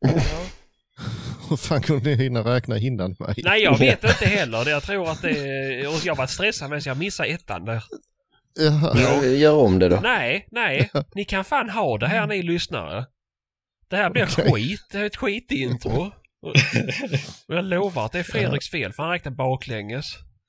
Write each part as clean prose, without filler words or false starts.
Hur fan kunde ni hinna räkna innan mig? Nej, jag vet inte heller. Jag tror att det... Och jag var stressad med så jag missade ettan där. Gör om det då. Nej. Ni kan fan ha det här, ni lyssnare. Det här blir skit. Det är ett skitintro. Och jag lovar att det är Fredriks fel, för han räknar baklänges.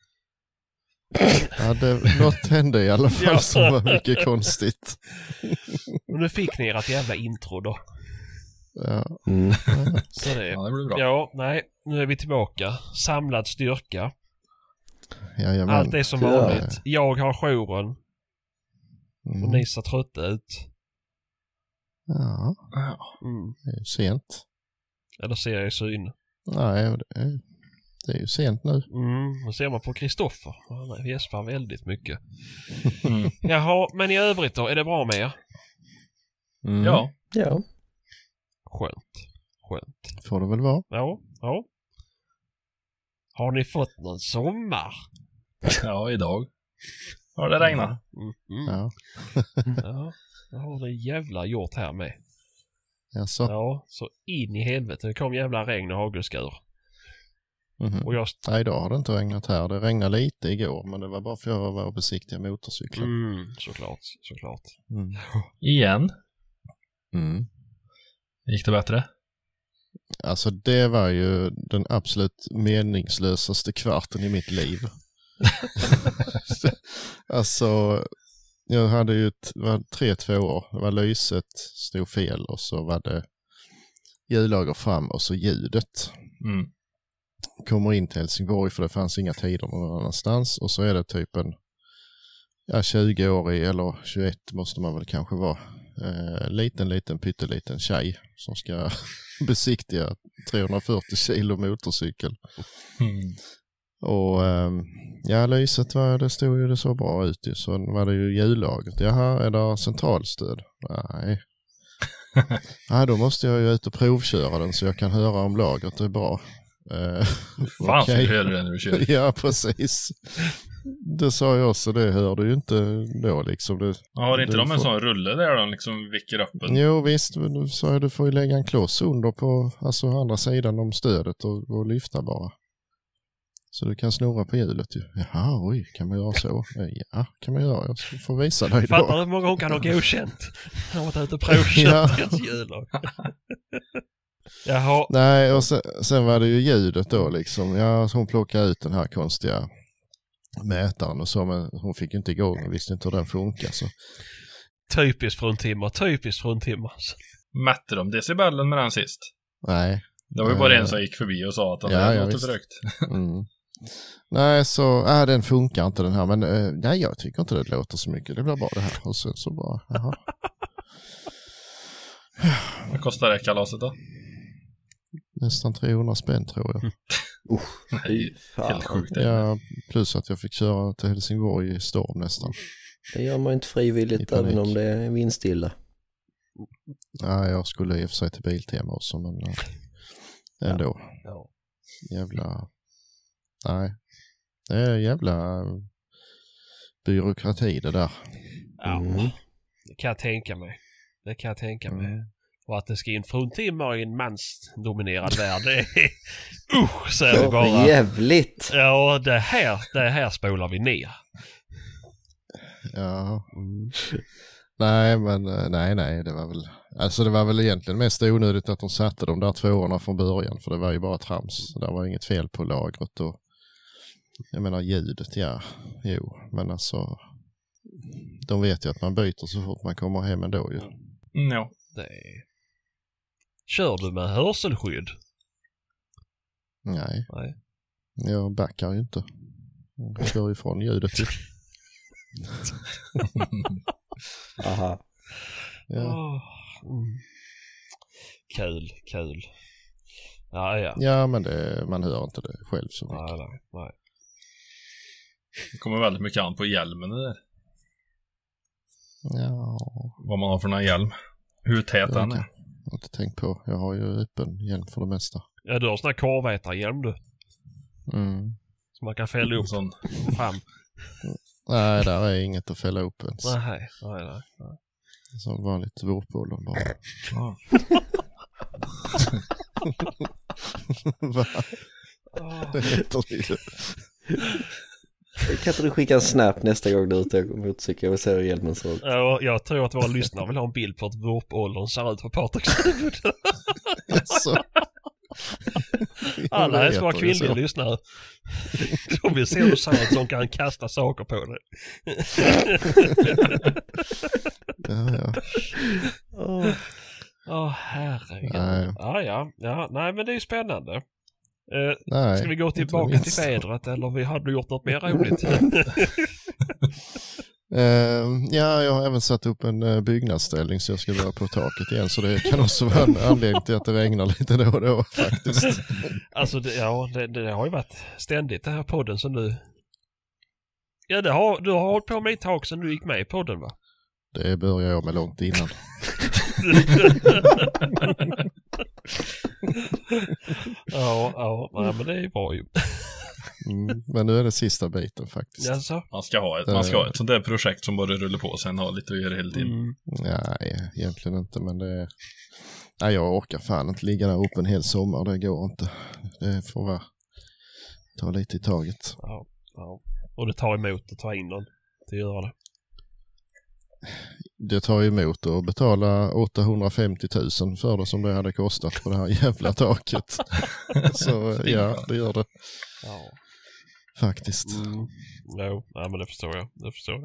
Ja, något hände i alla fall som var mycket konstigt. Och nu fick ni ert jävla intro då. Ja. Så det blir bra. Ja, nej. Nu är vi tillbaka. Samlad styrka. Jajamän. Allt är som vanligt. Jag har jouren. Och ni ser trötta ut. Ja. Det är ju sent. Eller ser jag i syn? Nej, det är ju sent nu. Nu ser man på Kristoffer. Han gäspar väldigt mycket. Jaha, men i övrigt då? Är det bra med er? Ja. Skönt. Får det väl vara. Ja. Har ni fått någon sommar? Ja, idag har det regnat. Ja. Ja, det har det jävla gjort här med. Jaså? Ja, så in i helvete. Det kom jävla regn och hagelskur. Och Nej, idag har det inte regnat här. Det regnade lite igår, men det var bara för att jag var besiktiga motorcyklar. Såklart. Igen? Gick det bättre? Alltså det var ju den absolut meningslösaste kvarten i mitt liv. Alltså jag hade ju 3 år. Det var lyset stod fel och så var det hjullager fram och så ljudet. Kommer in till Helsingborg för det fanns inga tider någon annanstans och så är det typ en 20-årig eller 21 måste man väl kanske vara. Liten pytteliten tjej som ska besiktiga 340 kilo motorcykel. Och lyset det stod ju det så bra ut ju. Så var det ju hjullagret. Jaha, är det centralstöd? Nej, då måste jag ju ut och provköra den så jag kan höra om lagret är bra. Fan, okay. Så hörde du när du kör. Ja, precis. Det sa jag också, det hör du ju inte då liksom. Har inte de en sån rulle där de liksom vicker upp en? Jo visst, men du sa du får ju lägga en kloss under på andra sidan om stödet och lyfta bara. Så du kan snurra på hjulet ju. Jaha, oj, kan man göra så? Ja, kan man göra. Jag ska få visa dig då. Fattar hur många hon kan ha godkänt? Han har varit ute och provkänt deras hjular. Jaha. Nej, och sen var det ju ljudet då liksom. Ja, hon plockade ut den här konstiga mätaren och så, men hon fick inte igång och visste inte hur den funkar. Så. Typiskt fruntimmer. Mätte de decibellen med den sist? Nej. Det var ju bara en som gick förbi och sa att den hade låtit trögt. Nej, så den funkar inte den här. Men nej, jag tycker inte det låter så mycket. Det blir bara det här. Och sen så bara, jaha. Vad kostar det kalaset då? Nästan 300 spänn tror jag. Nej, helt sjukt. Ja, plus att jag fick köra till Helsingborg i storm nästan. Det gör man inte frivilligt även om det är vindstilla. Nej, jag skulle i och för sig till Biltema också, men ändå. Ja. Jävla... Nej. Det är jävla byråkrati det där. Ja, det kan jag tänka mig. Och att det ska in fruntimmer i en mansdominerad värld, det är... så är det bara... jävligt! Ja, det här spolar vi ner. Ja. Nej, men nej, det var väl... Alltså det var väl egentligen mest onödigt att de satte de där 2 åren från början, för det var ju bara trams. Det var inget fel på lagret och... Jag menar ljudet, ja. Jo, men alltså... De vet ju att man byter så fort man kommer hem ändå ju. Ja. Kör du med hörselskydd? Nej. Jag backar ju inte. Jag kör ifrån ljudet ju. Aha. Ja. Kul. Ja. Ja, men man hör inte det själv så mycket. Nej. Det kommer väldigt mycket an på hjälmen där. Ja. Vad man har för någon hjälm. Hur tät den är. Jag har inte tänkt på. Jag har ju öppen hjälm för det mesta. Ja, du har sån här korvätarhjälm du. Så man kan fälla upp sån fram. Nej, där är inget att fälla upp ens. Nej. Som vanligt vårpålen bara. Va? Det heter det ju. Kan inte du skicka en snap nästa gång du är ute och motorcykel och ser hur hjälmen ser ut? Ja, jag tror att våra lyssnare vill ha en bild på att vurpåldern ser ut på Patriks huvud. Alltså. Alla här ska vara kvinnliga lyssnare. De vill se hur sant som kan kasta saker på det. Ja. Herregud. Nej. Ja, nej men det är ju spännande. Nej, ska vi gå tillbaka till vädret eller har du gjort något mer roligt? Ja, jag har även satt upp en byggnadsställning så jag ska vara på taket igen, så det kan också vara en anledning till att det regnar lite då och då faktiskt. Alltså det har ju varit ständigt det här podden som du... Ja, du har hållit på med ett tag sedan du gick med i podden, va? Det började jag med långt innan. Ja, men det är ju bra ju. Men nu är det sista biten faktiskt. Alltså. Man ska ha ett sånt där projekt som bara rullar på och sen ha lite att göra hela tiden. Nej, egentligen inte, men det är... Nej, jag orkar fan inte ligga där uppe en hel sommar, det går inte. Det får vara... Ta lite i taget. Ja. Och det tar emot att ta in någon till att göra det. Det tar emot att betala 850 000 för det som det hade kostat på det här jävla taket. Så ja, det gör det. Ja. Faktiskt. Ja, men det förstår jag.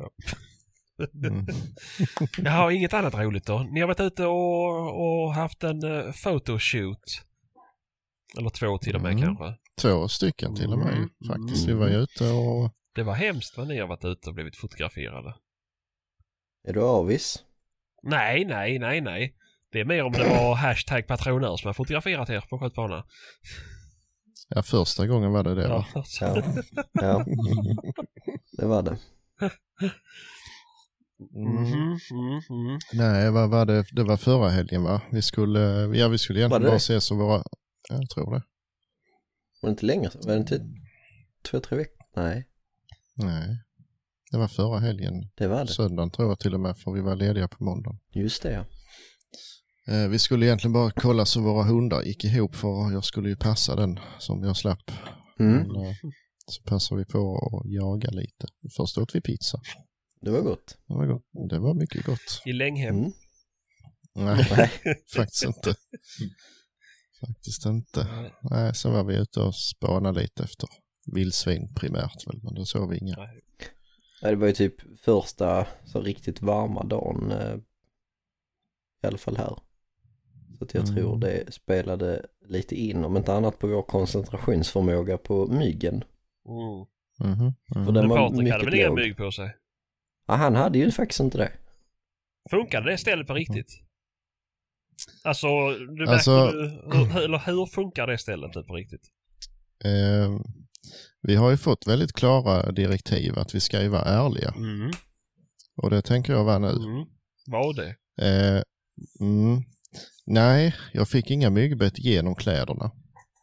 Jag har inget annat roligt då. Ni har varit ute och haft en photoshoot. Eller 2 till och med kanske. 2 stycken till och med faktiskt. Vi var ute och... Det var hemskt vad ni har varit ute och blivit fotograferade. Är du avis? Nej. Det är mer om det var #patronör som har fotograferat er på skjutbanan. Ja, första gången var det va? Ja. Det var det. Nej, vad var det? Det var förra helgen va? Vi skulle egentligen bara ses och vara... Jag tror det. Var det inte längre? Var det inte 2-3 veckor? Nej. Det var förra helgen. Det var det. Söndagen tror jag till och med, för vi var lediga på måndagen. Just det, ja. Vi skulle egentligen bara kolla så våra hundar gick ihop, för jag skulle ju passa den som jag slapp. Men, så passade vi på att jaga lite. Först åt vi pizza. Det var gott. Det var mycket gott. I Länghem? Nej, faktiskt inte. Nej, så var vi ute och spanade lite efter vildsvin primärt väl, men då såg vi inga. Nej, det var ju typ första så riktigt varma dagen i alla fall här. Så att jag tror det spelade lite in, om inte annat på vår koncentrationsförmåga på myggen. För den men var Patrik hade väl inga mygg på sig? Ja, han hade ju faktiskt inte det. Funkade det stället på riktigt? Alltså, hur funkar det stället på riktigt? Vi har ju fått väldigt klara direktiv att vi ska ju vara ärliga. Och det tänker jag vara nu. Var det? Nej, jag fick inga myggbett genom kläderna.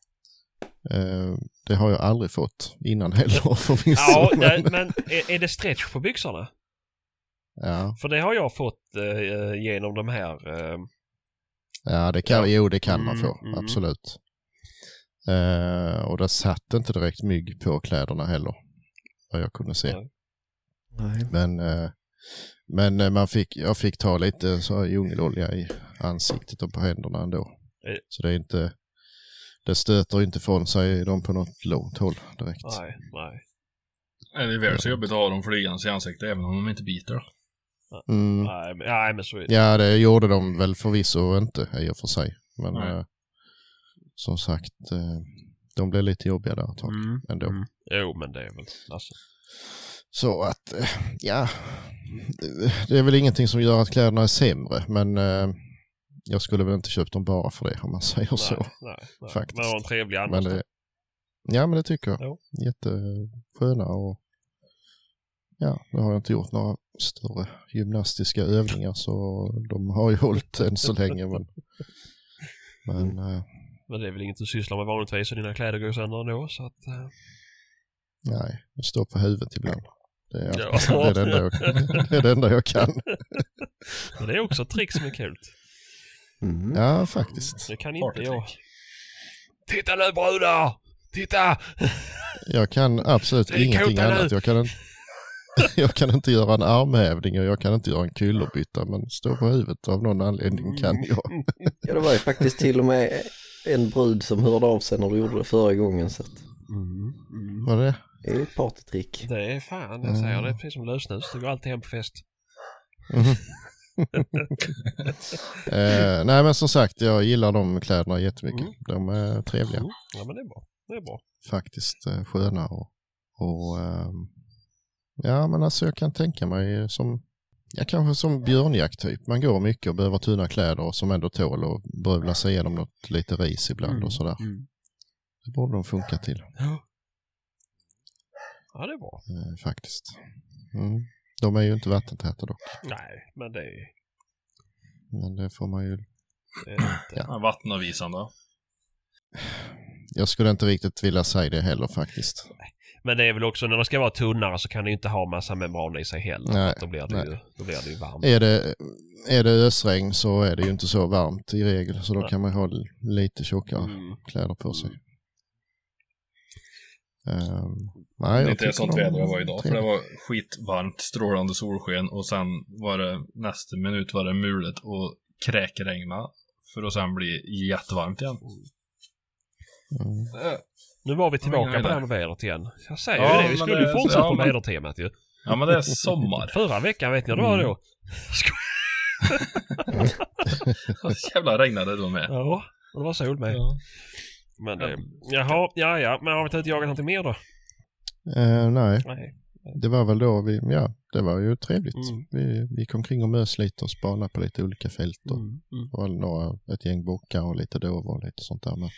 Det har jag aldrig fått innan heller förvisso. Ja, men är det stretch på byxorna? Ja. För det har jag fått genom de här... Ja, det kan man få, absolut. Och det satt inte direkt mygg på kläderna heller, vad jag kunde se. Nej. Men jag fick ta lite så djungelolja i ansiktet och på händerna ändå. Så det stöter inte från sig dem på något långt håll direkt. Nej. Det är väl så jobbigt att ha dem flygans i ansiktet även om de inte biter. Nej, men så är det. Ja, det gjorde de väl förvisso inte i och för sig. Men som sagt, de blev lite jobbiga där ett tag ändå. Jo, men det är väl alltså. Så att, ja, det är väl ingenting som gör att kläderna är sämre, men jag skulle väl inte köpt dem bara för det, om man säger så. Nej. Faktiskt. Men det var en trevlig annars. Ja, men det tycker jag. Jo. Jättesköna och ja, nu har jag inte gjort några större gymnastiska övningar, så de har ju hållit än så länge, men det är väl inget du sysslar med vanligtvis, och dina kläder går sönder ändå, så att... Nej, jag står på huvudet ibland. Det är det enda jag kan. Men det är också ett trick som är kul. Ja, faktiskt. Det kan inte jag. Titta nu brudar! Titta! Jag kan absolut ingenting annat. Jag kan inte göra en armhävning och jag kan inte göra en kullerbytta, men stå på huvudet av någon anledning kan jag. Ja, det var ju faktiskt till och med en brud som hörde av sig när du gjorde det förra gången. Så att... Vad är det? Det är ju ett partytrick. Det är fan, jag säger det är precis som lösnus. Du går alltid hem på fest. Nej, men som sagt, jag gillar de kläderna jättemycket. De är trevliga. Ja, men det är bra. Det är bra. Faktiskt sköna och ja, men alltså jag kan tänka mig kanske som björnjakt typ. Man går mycket och behöver tunna kläder som ändå tål och brövla sig igenom något lite ris ibland och sådär. Det borde de funka till. Ja, det är bra. Faktiskt. De är ju inte vattentäta dock. Nej, men det är... Men det får man ju... Ja. Vattenavvisande. Jag skulle inte riktigt vilja säga det heller faktiskt. Men det är väl också, när de ska vara tunnare så kan det ju inte ha massa membran i sig heller. Nej, då blir det ju varmt. Är det ösregn så är det ju inte så varmt i regel. Så då kan man ha lite tjockare kläder på sig. Nej, det är inte sånt väder det var idag. För det var skitvarmt, strålande solsken. Och sen var det nästa minut var det mulet och kräkregna. För att sen bli jättevarmt igen. Nu var vi tillbaka på det här med vädret igen. Jag säger det, vi skulle ju fortsätta på vädertemat ju. Ja, men det är sommar. Förra veckan vet ni vad det var då? Jävla regnade då med. Ja, och det var sol med. Ja. Men jaha, men har vi inte jagat någonting mer då? Nej. Det var väl då det var ju trevligt. Vi kom kring och mös lite och spanade på lite olika fält och var ett gäng bockar och lite dovor och lite sånt där med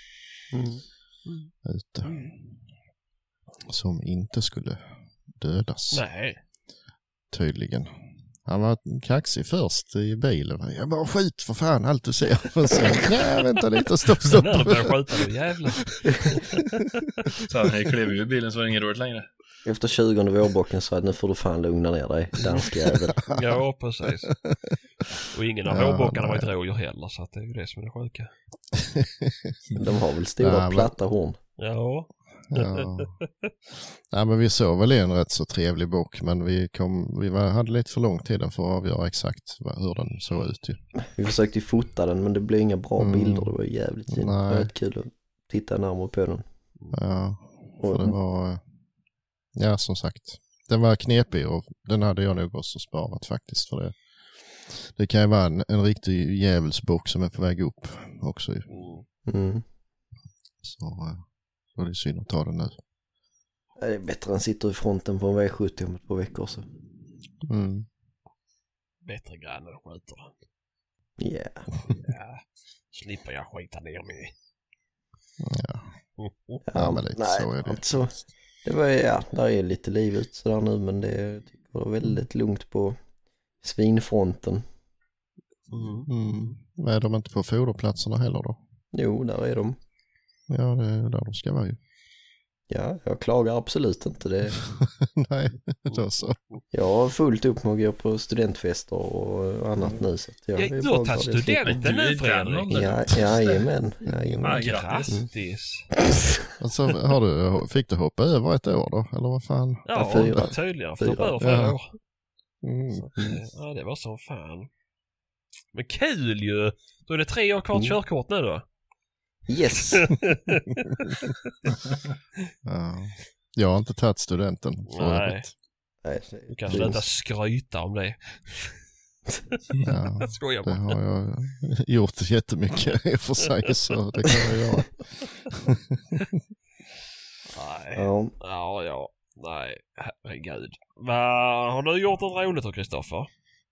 ute. Som inte skulle dödas. Nej. Tydligen. Han var kaxig först i bilen. Jag bara skjut för fan allt du ser. Och sen, nej vänta lite, stopp. När du börjar skjuta nu, jävlar. Så han klev ju i bilen så var det ingen roligt längre. Efter 20:e vårbocken så att nu får du fan lugna ner dig, dansk jävel. Ja, precis. Och ingen av vårbockarna var ett rådjur heller, så att det är ju det som är det sjuka. De har väl stora platta horn. Ja. Nej, men vi såg väl en rätt så trevlig bock, men hade lite för lång tid för att avgöra exakt hur den såg ut ju. Vi försökte ju fota den, men det blev inga bra bilder. Det var jävligt fint. Det var rätt kul att titta närmare på den. Ja, för det var som sagt, den var knepig och den hade jag nog också sparat faktiskt, för det kan ju vara en riktig djävulsbock som är på väg upp också ju. Så det är synd att ta den nu. Det är bättre än sitter i fronten på en V70 om ett par veckor så. Bättre grann än skjuter den. Ja. Slipper jag skita ner mig. Ja, men lite så är det. Så, det var där är lite liv ut sådär nu, men det var väldigt lugnt på svinfronten. Är de inte på foderplatserna heller då? Jo, där är de. Ja, det är där de ska vara ju. Ja, jag klagar absolut inte det. Nej, då så. Jag har fullt upp med att gå på studentfester och annat nu. Så du har tagit studenten nu, Fredrik. Jajamän. Grattis. Alltså, fick du hoppa över ett år då? Eller vad fan? Ja, 4. Tydligen. För över 4 år. Ja, det var så fan. Men kul ju. Då är det 3 år kvar körkort nu då. Yes. Jag har inte tagit studenten. Nej. Du kan sluta skryta om det. Ja, det har jag gjort jättemycket i och för sig, så det kan jag göra. Nej. Nej, herregud. Har du gjort något roligt då, Kristoffer?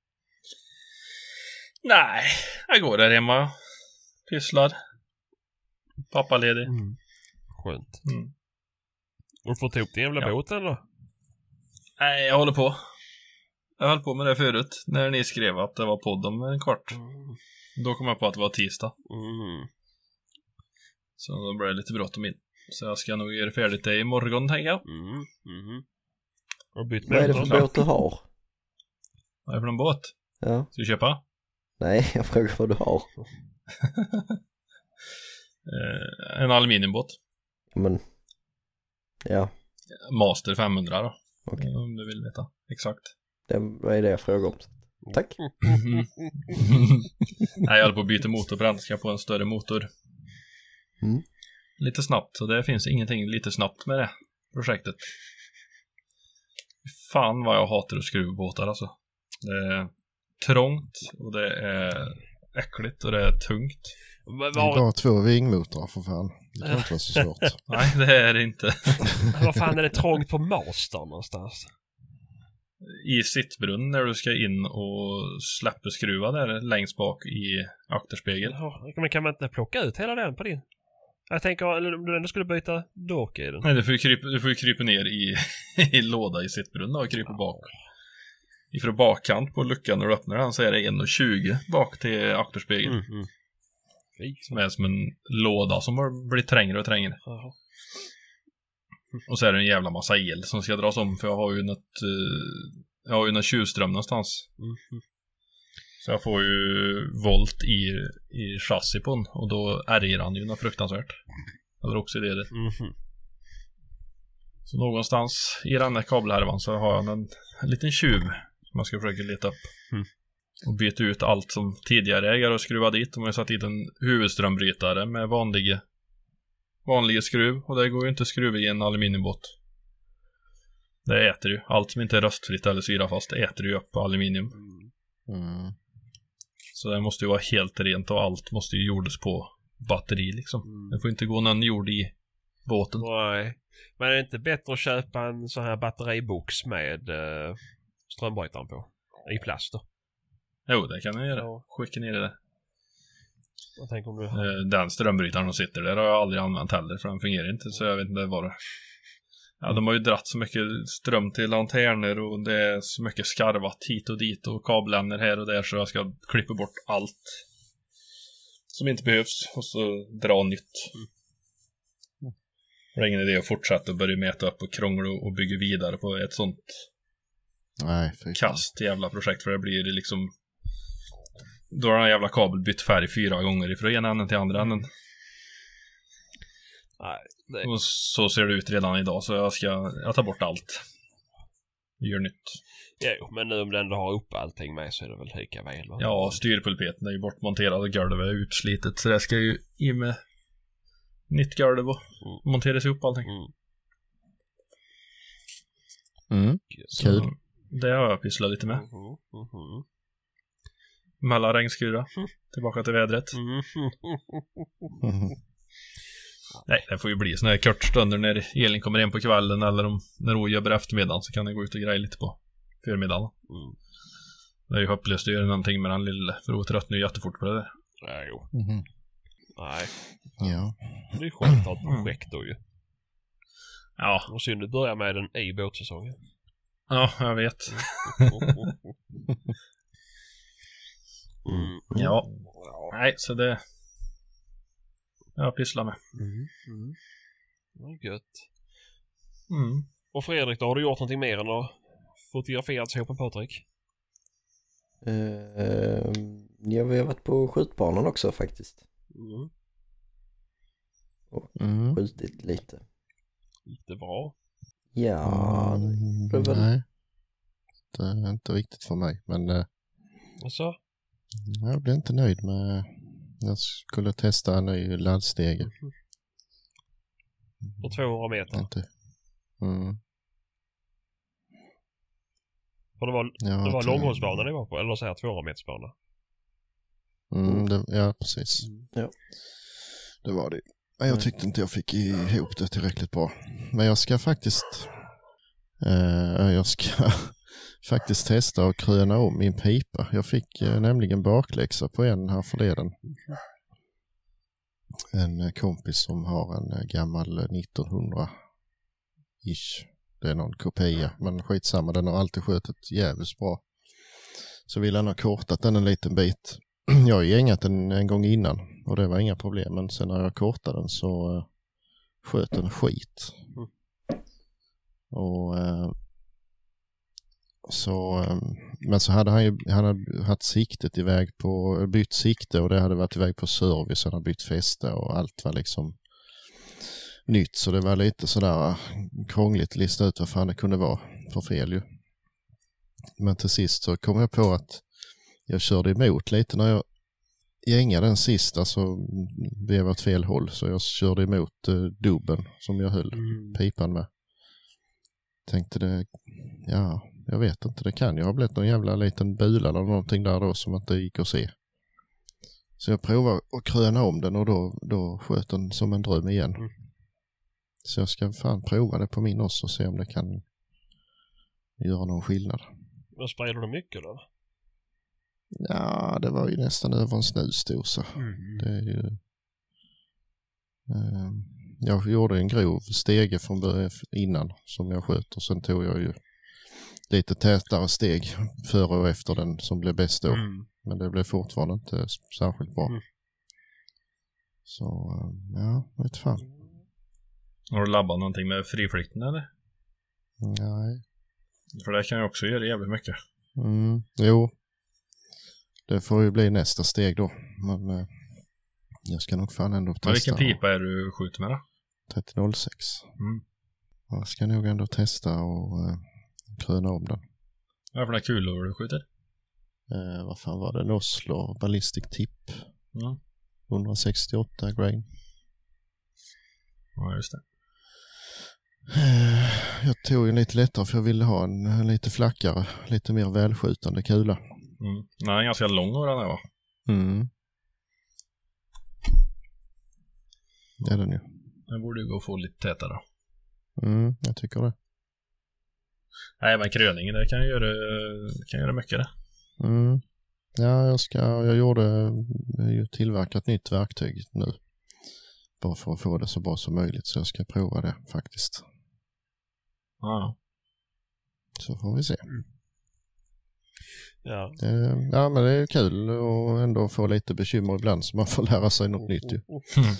Nej, jag går där hemma. Pysslar. Pappaledig. Skönt. Och du fått ihop din jävla båten då? Nej, jag håller på. Jag höll på med det förut. När ni skrev att det var podd om en kvart. Då kom jag på att det var tisdag. Så då blev det lite bråttom in. Så jag ska nog göra färdigt det imorgon, tänker jag. Vad är det för båt du har? Vad är det för en båt? Ja. Ska du köpa? Nej, jag frågar vad du har. En aluminiumbåt. Men, ja. Master 500 då. Okay. Om du vill veta. Exakt. Vad är det jag frågar om? Tack. Nej, jag håller på att byta motor på den. Ska jag på en större motor. Lite snabbt. Så det finns ingenting lite snabbt med det projektet. Fan vad jag hatar att skruva båtar alltså. Det är trångt och det är äckligt och det är tungt. Det är bara 2 vingmotorer för fan. Det kan inte vara så svårt. Nej, det är det inte. Vad fan är det trångt på Master någonstans? I sittbrunn när du ska in och släppa skruva där längst bak i akterspegel. Men kan man inte plocka ut hela den på din? Jag tänker om du ändå skulle byta dåk i den. Nej, du får ju krypa ner i låda i sittbrunn och krypa bak. Ifrån bakkant på luckan när du öppnar den så är det 1,20 bak till akterspegel. Som är som en låda som har blivit trängre och trängre. Och så är det en jävla massa el som ska dras om. För jag har ju något tjuvström någonstans. Så jag får ju volt i chassi på den. Och då ärger han ju något fruktansvärt. Eller också det. Så någonstans i den här kabelhärvan så har jag en liten tjuv som jag ska försöka leta upp. Och byta ut allt som tidigare ägare och skruva dit. De har satt dit en huvudströmbrytare med vanliga skruv. Och det går ju inte att skruva i en aluminiumbåt. Det äter ju. Allt som inte är rostfritt eller syrafast äter ju upp aluminium. Så det måste ju vara helt rent och allt måste ju jordas på batteri liksom. Det får inte gå någon jord i båten. Nej. Men är det inte bättre att köpa en sån här batteribox med strömbrytaren på? I plast då? Jo, det kan man göra. Skicka ner det. Jag tänker om du... Den strömbrytaren som sitter där har jag aldrig använt heller för den fungerar inte, så jag vet inte vad det. Ja, de har ju dratt så mycket ström till lanterner och det är så mycket skarvat hit och dit och kabelländer här och där, så jag ska klippa bort allt som inte behövs och så dra nytt. Det är ingen idé att fortsätta och börja mäta upp och krångla och bygga vidare på ett sånt kast jävla projekt, för det blir liksom då har den jävla kabel bytt färg 4 gånger ifrån ena änden till andra änden. Nej, och så ser det ut redan idag, så jag tar bort allt. Gör nytt. Jo, men nu om den ändå har upp allting med så är det väl lika väl. Va? Ja, styrpulpeten är ju bortmonterad och golvet är utslitet, så det ska ju i med nytt golv och monteras upp allting. Kul. Det har jag pysslat lite med. Mellan regnskura. Tillbaka till vädret. Nej, det får ju bli såna här kortstunder när Elin kommer in på kvällen, eller när hon jobbar eftermiddagen, så kan jag gå ut och greja lite på förmiddagen. Det är ju hopplöst att göra någonting med den lilla, för hon tröttnar ju jättefort på det där. Nej, jo. Nej. Ja. Det är ju skönt att ha ett projekt då ju. Ja. Och synd du börjar med den i båtsäsongen. Ja, jag vet. Ja. Nej, så det jag pysslar med. Gött. Och Fredrik, då har du gjort någonting mer än att fotograferat sig på Patrik? Ja, vi har varit på skjutbanan också faktiskt. Och skjutit lite. Lite bra. Ja, det väl... Nej, det är inte riktigt för mig, men alltså? Jag blev inte nöjd med. Jag skulle testa en ny laddstege. På 200 meter? Inte. För det var långhållsbanan det var på, eller så här 200 metersbana. Ja, precis. Ja. Det var det. Men jag tyckte inte jag fick ihop det tillräckligt bra. Men jag ska faktiskt testa och kröna om min pipa. Jag fick nämligen bakläxa på en här förleden. En kompis som har en gammal 1900-ish. Det är någon kopia, men skitsamma. Den har alltid skjutit jävligt bra. Så vill han ha kortat den en liten bit. Jag har gängat den en gång innan och det var inga problem. Men sen när jag kortade den så sköt den skit. Och Så, men så hade han hade haft siktet iväg på, bytt sikte och det hade varit iväg på service, han hade bytt fäste och allt var liksom nytt. Så det var lite sådär krångligt att lista ut vad fan det kunde vara för fel ju. Men till sist så kom jag på att jag körde emot lite när jag gängade den sista, så blev åt fel håll. Så jag körde emot dubben som jag höll pipan med. Tänkte det, ja, jag vet inte, det kan ju ha blivit någon jävla liten bula eller någonting där då som inte gick att se. Så jag provade att kröna om den och då sköt den som en dröm igen. Så jag ska fan prova det på min också och se om det kan göra någon skillnad. Men sprayade du mycket då? Ja, det var ju nästan över en snusdosa. Det är ju... jag gjorde en grov stege från början innan som jag sköt och sen tog jag ju lite tätare steg före och efter den som blev bäst då. Men det blev fortfarande inte särskilt bra. Så, ja, vet fan. Har du labbat någonting med friflykten eller? Nej. För det kan ju också göra jävligt mycket. Jo. Det får ju bli nästa steg då. Men jag ska nog fan ändå testa. Men vilken pipa är du skjuter med då? 3006. Jag ska nog ändå testa och kröna om den. Vad är för några kulor du skjuter? Vad fan var det? En Oslo Ballistic Tip. 168 grain. Ja, just det. Jag tog en lite lättare för jag ville ha en lite flackare, lite mer välskjutande kula. Nej, ganska lång var den här va? Det är den ju. Den borde ju gå och få lite tätare. Jag tycker det. Nej, men kröningen det kan göra mycket det. Ja, jag gjorde tillverkat nytt verktyg nu. Bara för att få det så bra som möjligt, så jag ska prova det faktiskt. Så får vi se. Ja. Ja, men det är kul att ändå få lite bekymmer ibland så man får lära sig något nytt ju.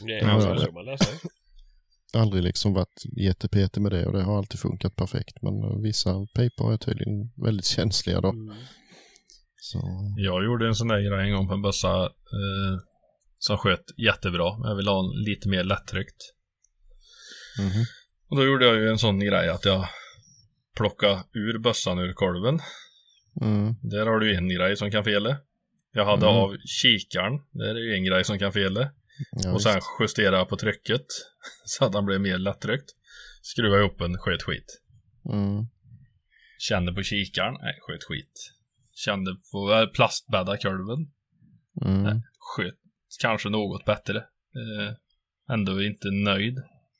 Aldrig liksom varit jättepetig med det och det har alltid funkat perfekt, men vissa pipor är tydligen väldigt känsliga då. Så. Jag gjorde en sån där grej en gång på en bössa som sköt jättebra. Jag ville ha en lite mer lättryckt. Och då gjorde jag ju en sån grej att jag plockade ur bössan ur kolven. Där har du en grej som kan fela. Jag hade av kikaren. Där är ju en grej som kan fela. Ja, och sen justerade jag på trycket så att den blev mer lättryckt. Skruvade ihop en, sköt skit. Kände på kikaren. Nej, sköt skit. Kände på plastbädda kolven. Sköt kanske något bättre. Ändå inte nöjd.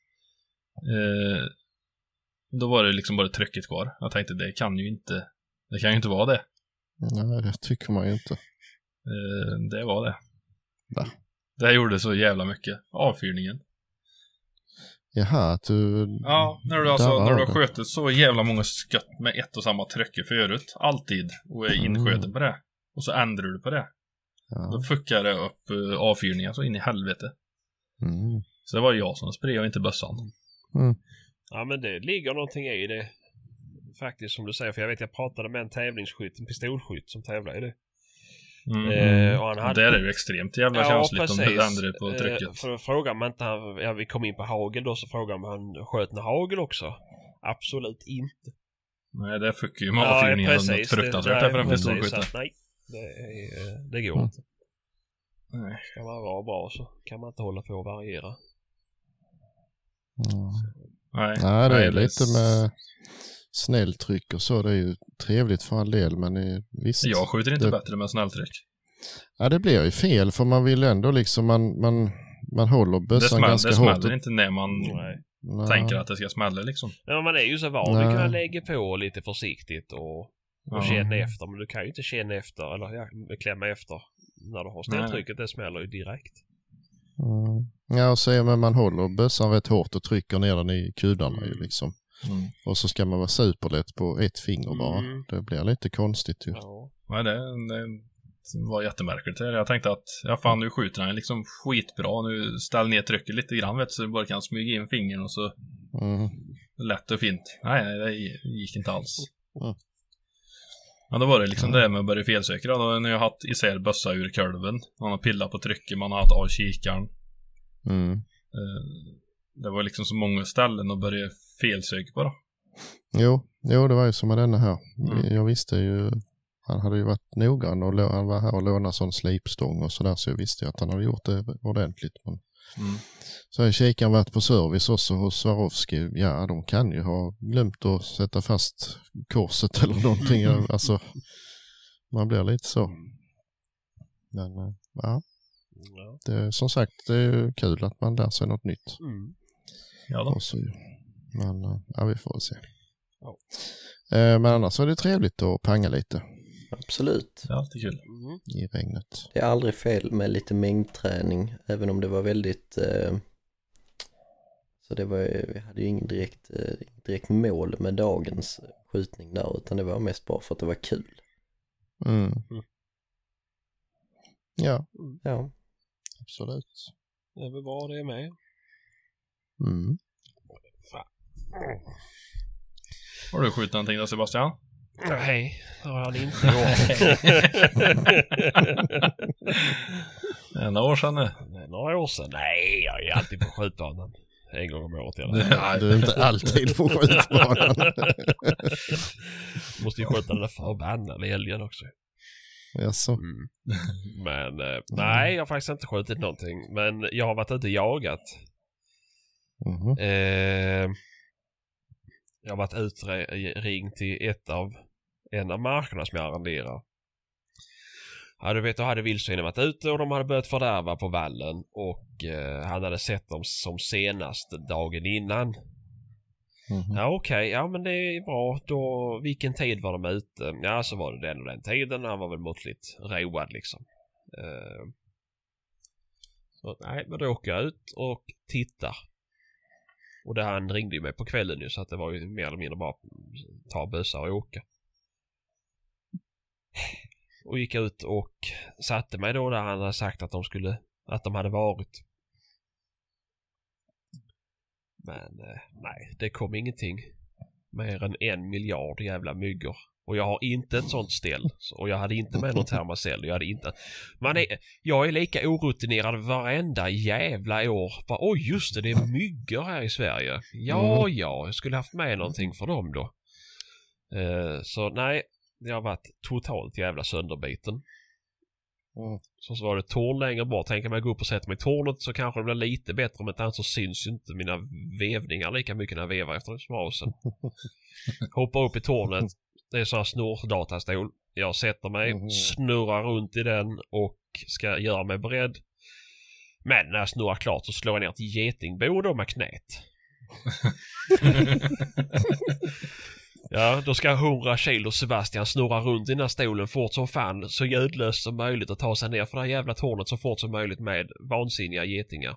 Då var det liksom bara trycket kvar. Jag tänkte det kan ju inte vara det. Nej, det tycker man ju inte. Det var det. Va? Det gjorde så jävla mycket. Avfyrningen. Jaha, att du... Ja, när du har skjutit så jävla många skott med ett och samma trycke förut. Alltid. Och är inskjuten på det. Och så ändrar du på det. Ja. Då fuckar det upp avfyrningen så in i helvete. Så det var jag som spred och inte bössan. Ja, men det ligger någonting i det. Faktiskt som du säger, för jag pratade med en tävlingsskytt, en pistolskytt som tävlar i det. Och han hade... Det är ju extremt jävla känsligt om du ändrar på trycket. För frågar man inte, vi kom in på hagel då, så frågar man han sköt med hagel också. Absolut inte. Nej, det fuckar ju med avfyrningen något fruktansvärt för en pistolskytte. Nej, det går inte. Nej. Ska man vara bra så kan man inte hålla på och variera. Nej, det är lite med snälltryck och så. Det är ju trevligt för all del, men visst. Jag skjuter inte bättre med snälltryck. Ja, det blir ju fel för man vill ändå liksom man håller bössan ganska hårt. Det smäller inte när man tänker att det ska smälla liksom. Ja, man är ju så van att kunna lägga på lite försiktigt och känna efter, men du kan ju inte känna efter eller klämma efter när du har snälltrycket. Det smäller ju direkt. Ja, och så man håller bössan rätt hårt och trycker ner den i kudarna ju liksom. Och så ska man vara superlätt på ett finger bara. Det blir lite konstigt ju. Ja, det var jättemärkligt. Jag tänkte att nu skjuter han liksom skitbra. Nu ställ ner trycket lite grann så du bara kan smyga in fingern och så lätt och fint. Nej, det gick inte alls. Ja, då var det liksom det med att börja felsöka. Då har jag haft isär bössa ur kolven. Man har pillat på trycket, man har haft av kikaren. Det var liksom så många ställen att börja felsöka på då. Jo, det var ju som med denna här. Jag visste ju, han hade ju varit noggrann och han var här och lånade sån slipstång och sådär, så jag visste att han hade gjort det ordentligt. Men så har kikaren varit på service också hos Swarovski. Ja, de kan ju ha glömt att sätta fast korset eller någonting. Alltså, man blir lite så. Men ja, det, som sagt, det är ju kul att man lär sig något nytt. Ja då. Så, men ja, vi får se. Ja. Men annars är det trevligt att panga lite. Absolut. Ja, det är kul. I regnet. Det är aldrig fel med lite mängdträning, även om det var väldigt så det var, vi hade ju ingen direkt mål med dagens skjutning där, utan det var mest bara för att det var kul. Ja. Ja. Absolut. Det är väl bra det med. Har du skjutit någonting då, Sebastian? Nej, det har jag inte gjort. Det är några år sedan nu. Några år sedan? Nej, jag är alltid på skjutbanan. En gång om året. Nej, du är inte alltid på skjutbanan. Måste ju skjuta den där förbannade älgen också. Jaså? Men nej, jag har faktiskt inte skjutit någonting. Men jag har varit ute och jagat. Jag har varit utringd till en av markerna som jag arrenderar. Ja, du vet, då hade vildsvinen varit ute och de hade börjat fördärva på vallen. Och han hade sett dem som senast dagen innan. Ja, okej. Ja, men det är bra. Då, vilken tid var de ute? Ja, så var det den och den tiden. Han var väl måttligt road liksom. Så nej, men då åker jag ut och tittar. Och det han ringde ju mig på kvällen nu, så att det var ju mer eller mindre bara ta bössa och åka. Och gick ut och satte mig då där han hade sagt att de hade varit. Men nej, det kom ingenting. Mer än 1 miljard jävla myggor. Och jag har inte ett sånt ställ. Och jag hade inte med någon termacell. Jag är lika orutinerad varenda jävla år. Bara, oj just det är myggor här i Sverige. Ja, jag skulle haft med någonting för dem då. Så nej, jag har varit totalt jävla sönderbiten. Så var det torn längre bort. Tänker man gå upp och sätta mig i tornet så kanske det blir lite bättre. Men annars så syns inte mina vävningar lika mycket när jag vevar efter smasen. Hoppar upp i tornet. Det är så här snurrdatastol. Jag sätter mig, snurrar runt i den och ska göra mig beredd. Men när jag snurrar klart så slår jag ner ett getingbo då med knät. Ja, då ska 100 kilo Sebastian snurra runt i den här stolen fort som fan, så ljudlöst som möjligt, och ta sig ner för det här jävla tornet så fort som möjligt med vansinniga getingar.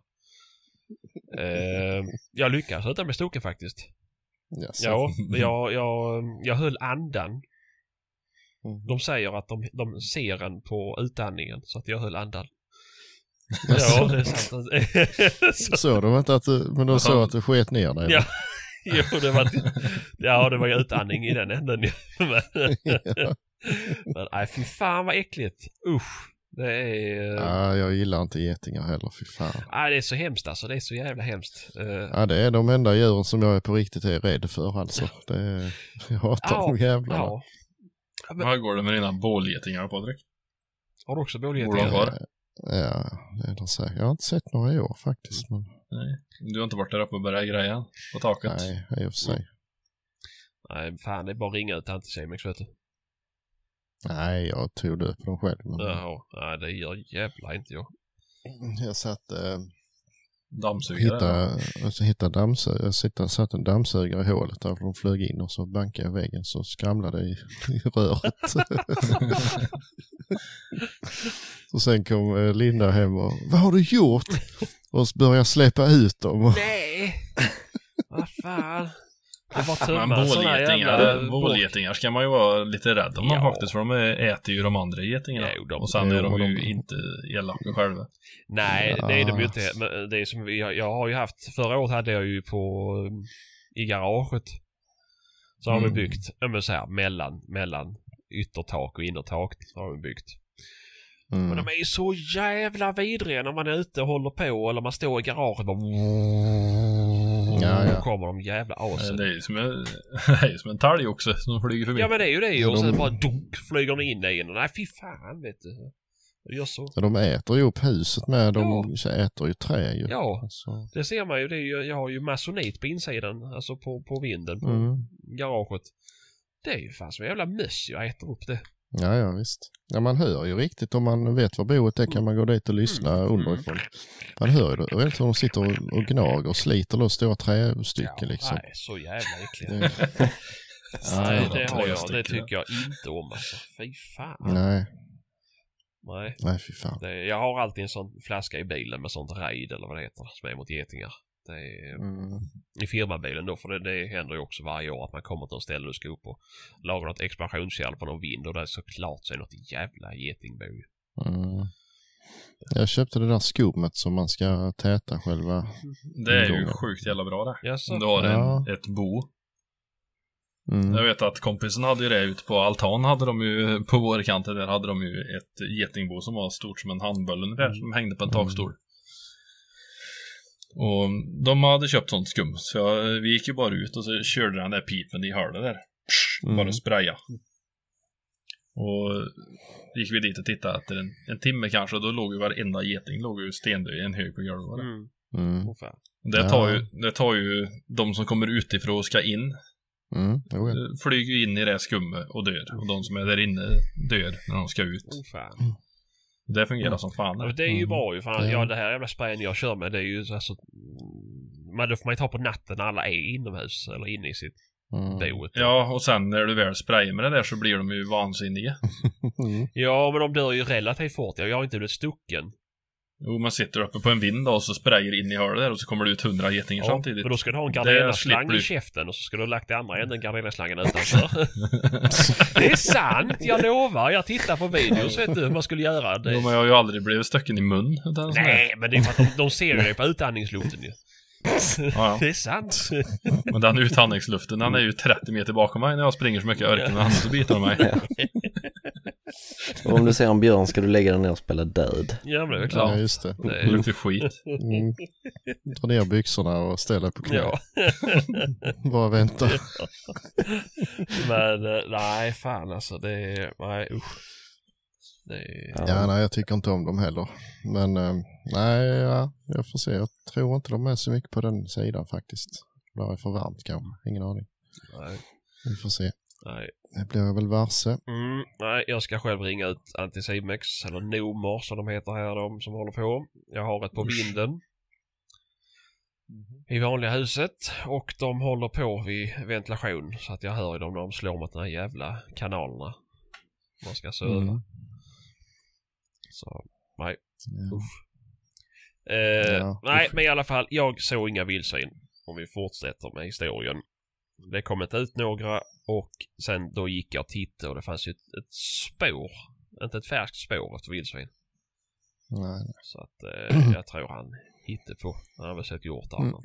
Jag lyckas utan med stoken faktiskt. Yes. Ja, jag höll andan. De säger att de ser en på utandningen, så att jag höll andan. Ja, det är sant. Så det var inte att men de såg att du sket ner dig. Ja. Jo, det var ju utandning i den änden. Men nej, fy fan vad äckligt. Usch. Det är... Ja, jag gillar inte getingar heller, fy fan. Nej, det är så hemskt alltså. Det är så jävla hemskt. Ja, det är de enda djuren som jag är på riktigt är rädd för alltså. Jag hatar de jävlarna. Ja. Men... Här går det med dina bålgetingar, Patrik. Har du också bålgetingar? Ja, det är de säger. Jag har inte sett några i år faktiskt. Men... Nej, du har inte varit där uppe och börjat greja på taket? Nej, i och för sig. Nej, fan, det är bara att ringa ut Antisemex, vet du. Nej, jag tog det på dem själv. Men... Ja, nej, det gör jävla inte jag. Jag satt... dammsugare? Satt en dammsugare i hålet där de flög in och så bankade jag väggen så skramlade det i röret. Så sen kom Linda hem och vad har du gjort? Och så började jag släppa ut dem. Och... Nej! Vad fan? Det var men bålgetingar ska man ju vara lite rädd om dem faktiskt, för de äter ju de andra getingarna. Och sen är de ju inte elaka själva. Nej, det är de ju inte. Men det är som jag har ju haft, förra året hade jag ju i garaget. Så har vi byggt så här, mellan yttertak och innertak har de byggt. Men de är ju så jävla vidriga när man är ute och håller på eller man står i garaget och då kommer de jävla asen. Det är ju som en talg också som flyger förbi. Ja, men det är ju det. Och sen bara flyger de in i en. Nej, fy fan, vet du. Det gör så. Ja, de äter ju upp huset med. De äter ju trä ju. Ja, alltså. Det ser man ju. Det är ju. Jag har ju masonit på insidan. Alltså på vinden på garaget. Det är ju fan så jävla möss. Jag äter upp det. Ja, visst. Ja, man hör ju riktigt. Om man vet vad boet är kan man gå dit och lyssna underifrån. Man hör ju det. Jag vet inte om de sitter och gnager och sliter loss stora trästycken liksom. Nej, så jävla äckligt. Nej, det har jag. Det tycker jag inte om alltså. Fy fan. Nej, fy fan. Jag har alltid en sån flaska i bilen med sånt raid eller vad det heter. Som är mot getingar. Det är i firmabilen då, för det händer ju också varje år att man kommer till en ställe och ska upp och laga något expansionskärl på någon vind och det är såklart så är något jävla getingbo. Jag köpte det där skummet som man ska täta själva. Det är ju sjukt jävla bra det. Du har ett bo. Jag vet att kompisen hade ju det ute på altan, hade de ju på vårkanten där hade de ju ett getingbo som var stort som en handboll ungefär, som hängde på en takstol. Och de hade köpt sånt skum. Så vi gick ju bara ut och så körde den där pipen i hörnet där. Bara spraya. Och gick vi dit och tittade efter en timme kanske. Och då låg ju varenda geting låg ju stendöd i en hög på golvet. Det tar ju de som kommer utifrån och ska in. Flyger in i det skummet och dör. Och de som är där inne dör när de ska ut. Det fungerar som fan. Ja, det är ju bra ju. Fan. Ja, det här jävla sprayen jag kör med, det är ju alltså... Men då får man ju ta på natten när alla är inomhus eller inne i sitt boet. Ja, och sen när du väl sprayar med det där så blir de ju vansinniga. Ja, men de dör ju relativt fort. Jag har inte blivit stucken. Jo, man sitter uppe på en vind och så sprayar in i hörnet där och så kommer det ut 100 getingar samtidigt. Men då ska du ha en Gardena-slang i käften och så ska du ha lagt det andra änden Gardena-slangen utanför. Det är sant, jag lovar. Jag tittar på videos, vet du hur man skulle göra det. Men jag har ju aldrig blivit stöcken i mun. Nej, men det är för att de ser ju det på utandningsluften ju. Ja. Det är sant. Men den utandningsluften, den är ju 30 meter bakom mig när jag springer så mycket örken och han så biter de mig. Och om du ser en björn ska du lägga den ner och spela död. Ja, men det är klart. Ja, just det. Det luktar skit. Dra ner byxorna och ställa på knä. Bara vänta. Men nej, fan alltså. Det är... Nej, usch. Nej, jag tycker inte om dem heller. Men jag får se. Jag tror inte de är så mycket på den sidan faktiskt. Det är för varmt kanske. Ingen aning. Nej. Vi får se. Nej. Det blir jag väl varse. Nej, jag ska själv ringa ut Anticimex eller Nomor som de heter här, de som håller på. Jag har ett på vinden i vanliga huset och de håller på vid ventilation så att jag hör dem när de slår mot de här jävla kanalerna. Man ska söva. Så, nej. Nej, men i alla fall, jag såg inga vildsvin om vi fortsätter med historien. Det kom inte ut några och sen då gick jag och tittade och det fanns ju ett spår, inte ett färskt spår efter vildsvin. Nej. Så att jag tror han hittade på, han har väl sett gjort annat.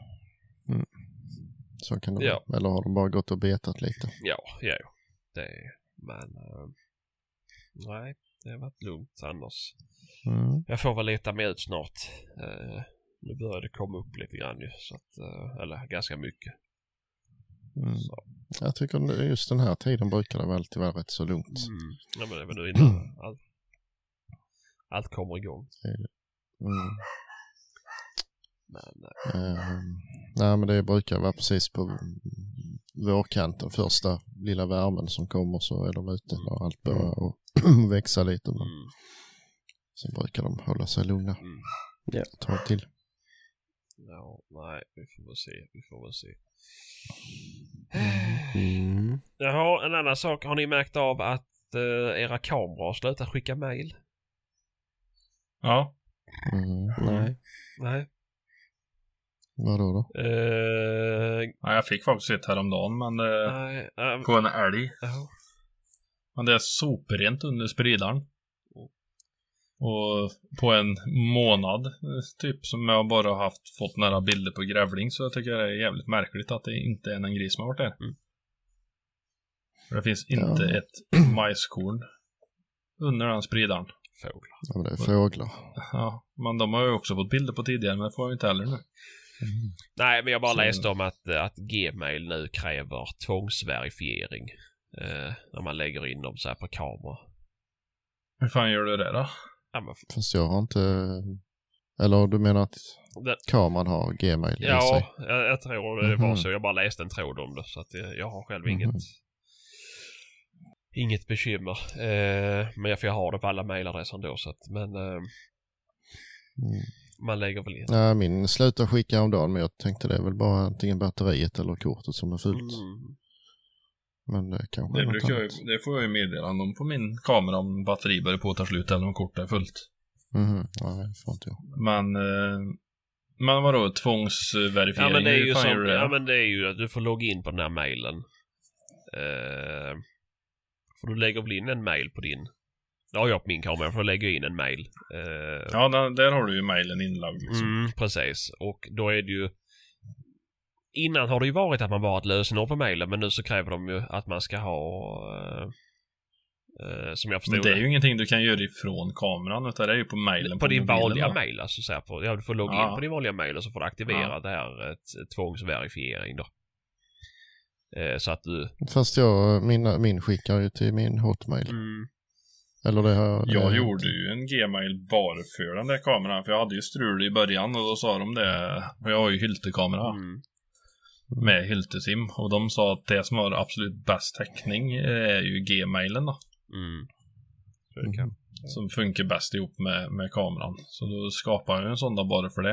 Så kan det vara. Eller har de bara gått och betat lite? Ja. Men nej, det har varit lugnt annars. Jag får väl leta mig ut snart. Nu börjar det komma upp lite grann ju, så att, eller ganska mycket. Så. Jag tycker just den här tiden brukar det väl alltid vara rätt så lugnt. Ja, men det är väl nu innan allt kommer igång. Nej, men det brukar vara precis på vårkanten, första lilla värmen som kommer, så är de ute och allt börjar och växa lite. Sen brukar de hålla sig lugna. Ta till. Ja, nej, vi får väl se. Jaha, en annan sak. Har ni märkt av att era kameror slutar skicka mejl? Ja. Nej. Vadå då? Nej, jag fick faktiskt ett häromdagen, men på en älg. Men det är superrent under spridaren. Och på en månad typ som jag bara har fått några bilder på grävling, så jag tycker det är jävligt märkligt att det inte är en gris som har varit där. Det finns inte ett majskorn under den spridan. Fåglar. Ja, men det är fåglar. Ja, men de har ju också fått bilder på tidigare, men det får jag inte heller nu. Nej, men jag bara läste om att Gmail nu kräver tvångsverifiering när man lägger in dem så här på kamera. Hur fan gör du det då? Ja, men... Fast jag har inte... Eller du menar att kameran har Gmail i sig? Ja, jag tror det var så. Jag bara läste en tråd om det, så att jag har själv inget bekymmer. Men jag har det på alla mailadresser ändå, så att, men man lägger väl in. Ja, min slutar skicka om dagen, men jag tänkte det är väl bara antingen batteriet eller kortet som är fullt. Men det kanske det får jag ju meddelande om på min kamera om batteri börjar på att ta slut eller om kortet är fullt. Ja, det får inte jag. Men vadå, tvångsverifiering? Ja, men det är ju men det är ju att du får logga in på den här mailen. För du lägger väl in en mail på din. Ja, jag på min kamera, jag får lägga in en mail. Ja, där har du ju mailen inlagd liksom. Precis. Och då är det ju... Innan har det ju varit att man bara har ett lösenord på mailen, men nu så kräver de ju att man ska ha... som jag förstår. Men det är ju ingenting du kan göra ifrån kameran, utan det är ju på mailen. På din vanliga mail, alltså så här på... Ja, du får logga in på din vanliga mail och så får du aktivera det här tvångsverifiering då. Så att du... Fast min skickar ju till min hotmail. Eller det här... Jag gjorde ju en Gmail bara för den där kameran, för jag hade ju strul i början och då sa de det, för jag har ju Hylte-kamera med Hylte-sim, och de sa att det som har absolut bäst täckning är ju Gmailen då. Som funkar bäst ihop med kameran. Så då skapar jag en sån där bara för det.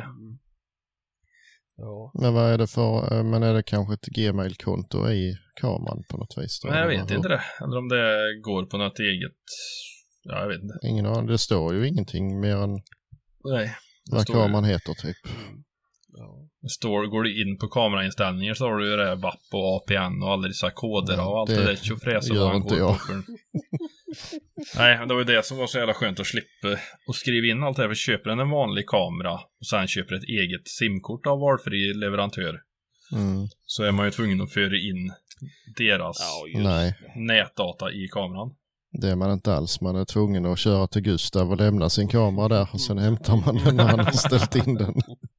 Ja. Men vad är det för, men är det kanske ett Gmail-konto i kameran på något vis? Nej, jag vet inte det. Eller om det går på något eget... Ja, jag vet inte. Ingen aning. Det står ju ingenting mer än vad kameran heter typ. Går du in på kamerainställningar så har du ju det här VAP och APN och alla dessa koder och allt det där tjofräs. Gör inte jag. Nej, det var ju det som var så jävla skönt att slippa och skriva in allt det här. För köper en vanlig kamera och sen köper ett eget simkort av valfri leverantör, så är man ju tvungen att föra in deras nätdata i kameran. Det är man inte alls. Man är tvungen att köra till Gustav och lämna sin kamera där och sen hämtar man den när han har ställt in den.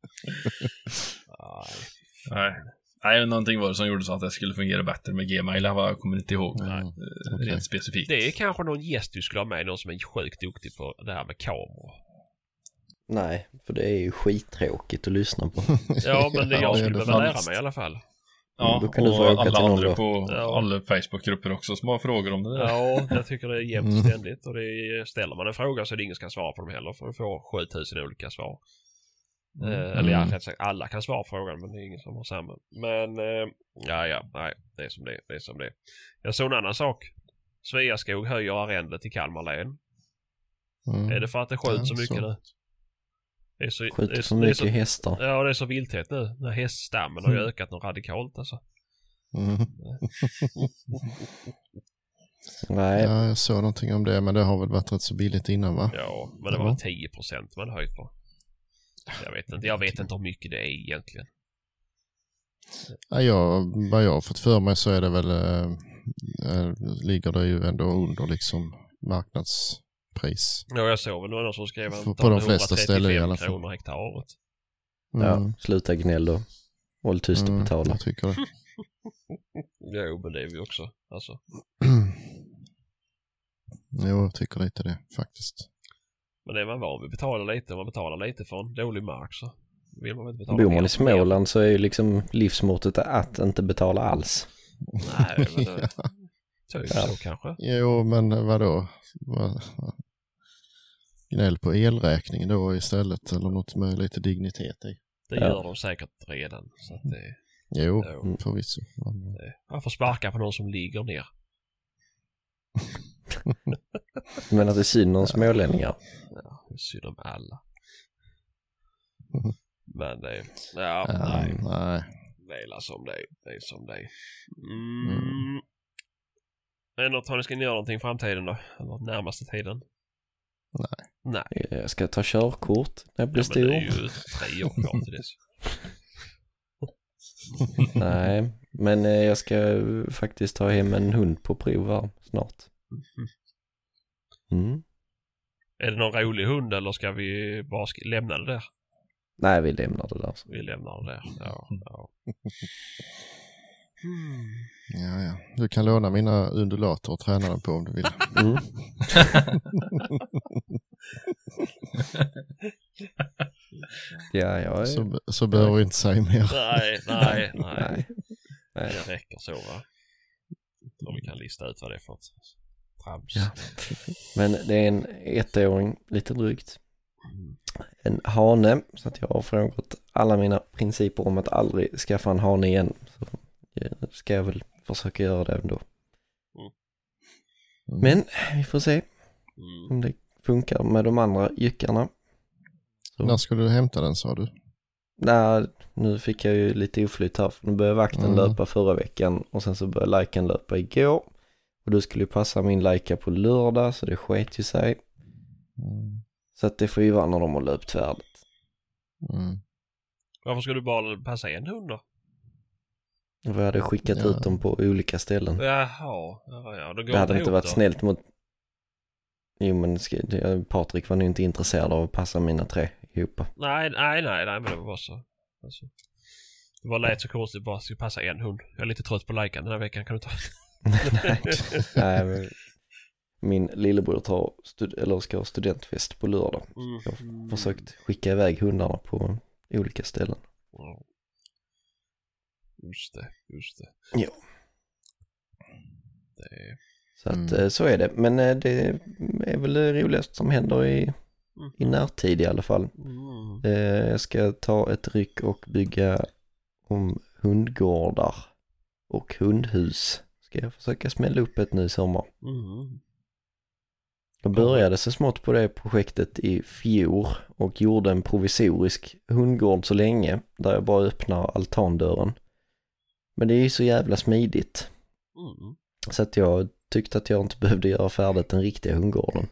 Nej, någonting var det som gjorde så att det skulle fungera bättre med Gmail. Jag kommer inte ihåg rent specifikt. Det är kanske någon gäst du skulle ha med, någon som är sjukt duktig på det här med kameror. Nej, för det är ju skittråkigt att lyssna på. Ja, men det jag skulle behöva lära mig i alla fall. Ja, då kan du få alla andra på alla Facebook-grupper också som har frågor om det där. Ja, jag tycker det är jämnt ständigt. Och ställer man en fråga så är det ingen som kan svara på dem heller. För du får 7000 olika svar. Eller jag rätt sagt, alla kan svara på frågan, men det är ingen som har samma. Men, nej, det är som det. Jag såg en annan sak. Sveaskog höjer arrendet i Kalmar län. Är det för att det skjuts så mycket nu? Skjuter så mycket hästar. Ja, det är så vilthet nu. Den här häststammen har ju ökat något radikalt alltså. Nej. Ja, jag såg någonting om det, men det har väl varit rätt så billigt innan, va? Ja, men det var 10% man höjt på. Jag vet inte hur mycket det är egentligen. Ja, vad jag har fått för mig så är det väl ligger det ju ändå under liksom marknadspris. Ja, jag såg väl någon som skrev på de flesta ställen i alla fall. kronor hektaret. Ja, sluta gnäll då. Håll tyst och betala. Jag tycker det. Jo, men det är vi också. Alltså. Jo, jag tycker lite det faktiskt. Men det är man van vid. Man betalar lite för en dålig mark så vill man inte betala. Bor man i Småland så är ju liksom livsmåttet att inte betala alls. Nej, men det typ så kanske. Jo, men vadå? Gnäll på elräkningen då istället, eller något med lite dignitet i. Det gör de säkert redan. Så att det... Jo, förvisso. Man får sparka på någon som ligger ner. Men att det är synd om smålänningar. Ja, det är synd om alla. Men det är... nej. Det är som det är. Det är som det är. Är något ni ska göra någonting i framtiden då? Eller närmaste tiden? Nej. Jag ska ta körkort när jag blir stor. Det är ju 3 år kvar till dess. Nej, Men jag ska faktiskt ta hem en hund på prov här snart. Mm. Är det någon rolig hund eller ska vi bara lämna det där? Nej, vi lämnar det där. Vi lämnar det där, ja. Ja. Du kan låna mina undulater och träna den på om du vill. Ja, så behöver vi inte säga mer. Nej. Det räcker så, va? Om vi kan lista ut vad det är för ett trams. Ja. Men det är en 1-åring, lite drygt. En hane, så att jag har frågat alla mina principer om att aldrig skaffa en hane igen. Så ska jag väl försöka göra det ändå. Men vi får se om det funkar med de andra jyckarna. Så. När skulle du hämta den, sa du? Nej, nu fick jag ju lite oflyt här. Nu började vakten löpa förra veckan och sen så började Leican löpa igår. Och då skulle ju passa min Leica på lördag, så det sket ju sig. Så att det får ju vara när de har löpt färdigt. Varför ska du bara passa en hund då? Vi hade skickat ut dem på olika ställen. Jaha. Det hade inte varit snällt mot... Jo, men Patrik var nu inte intresserad av att passa mina 3 ihop. Nej, men det var bara så. Alltså, det var lätt så konstigt bara att passa en hund. Jag är lite trött på Leican den här veckan, kan du ta? Nej, men min lillebror ska ha studentfest på lördag. Jag har försökt skicka iväg hundarna på olika ställen. Just det. Ja. Så att så är det. Men det är väl det roligaste som händer i närtid i alla fall. Jag ska ta ett ryck och bygga om hundgårdar och hundhus. Ska jag försöka smälla upp ett ny sommar. Jag började så smått på det projektet i fjol och gjorde en provisorisk hundgård så länge, där jag bara öppnar altandörren. Men det är ju så jävla smidigt. Så att jag tyckte att jag inte behövde göra färdigt den riktiga hundgården.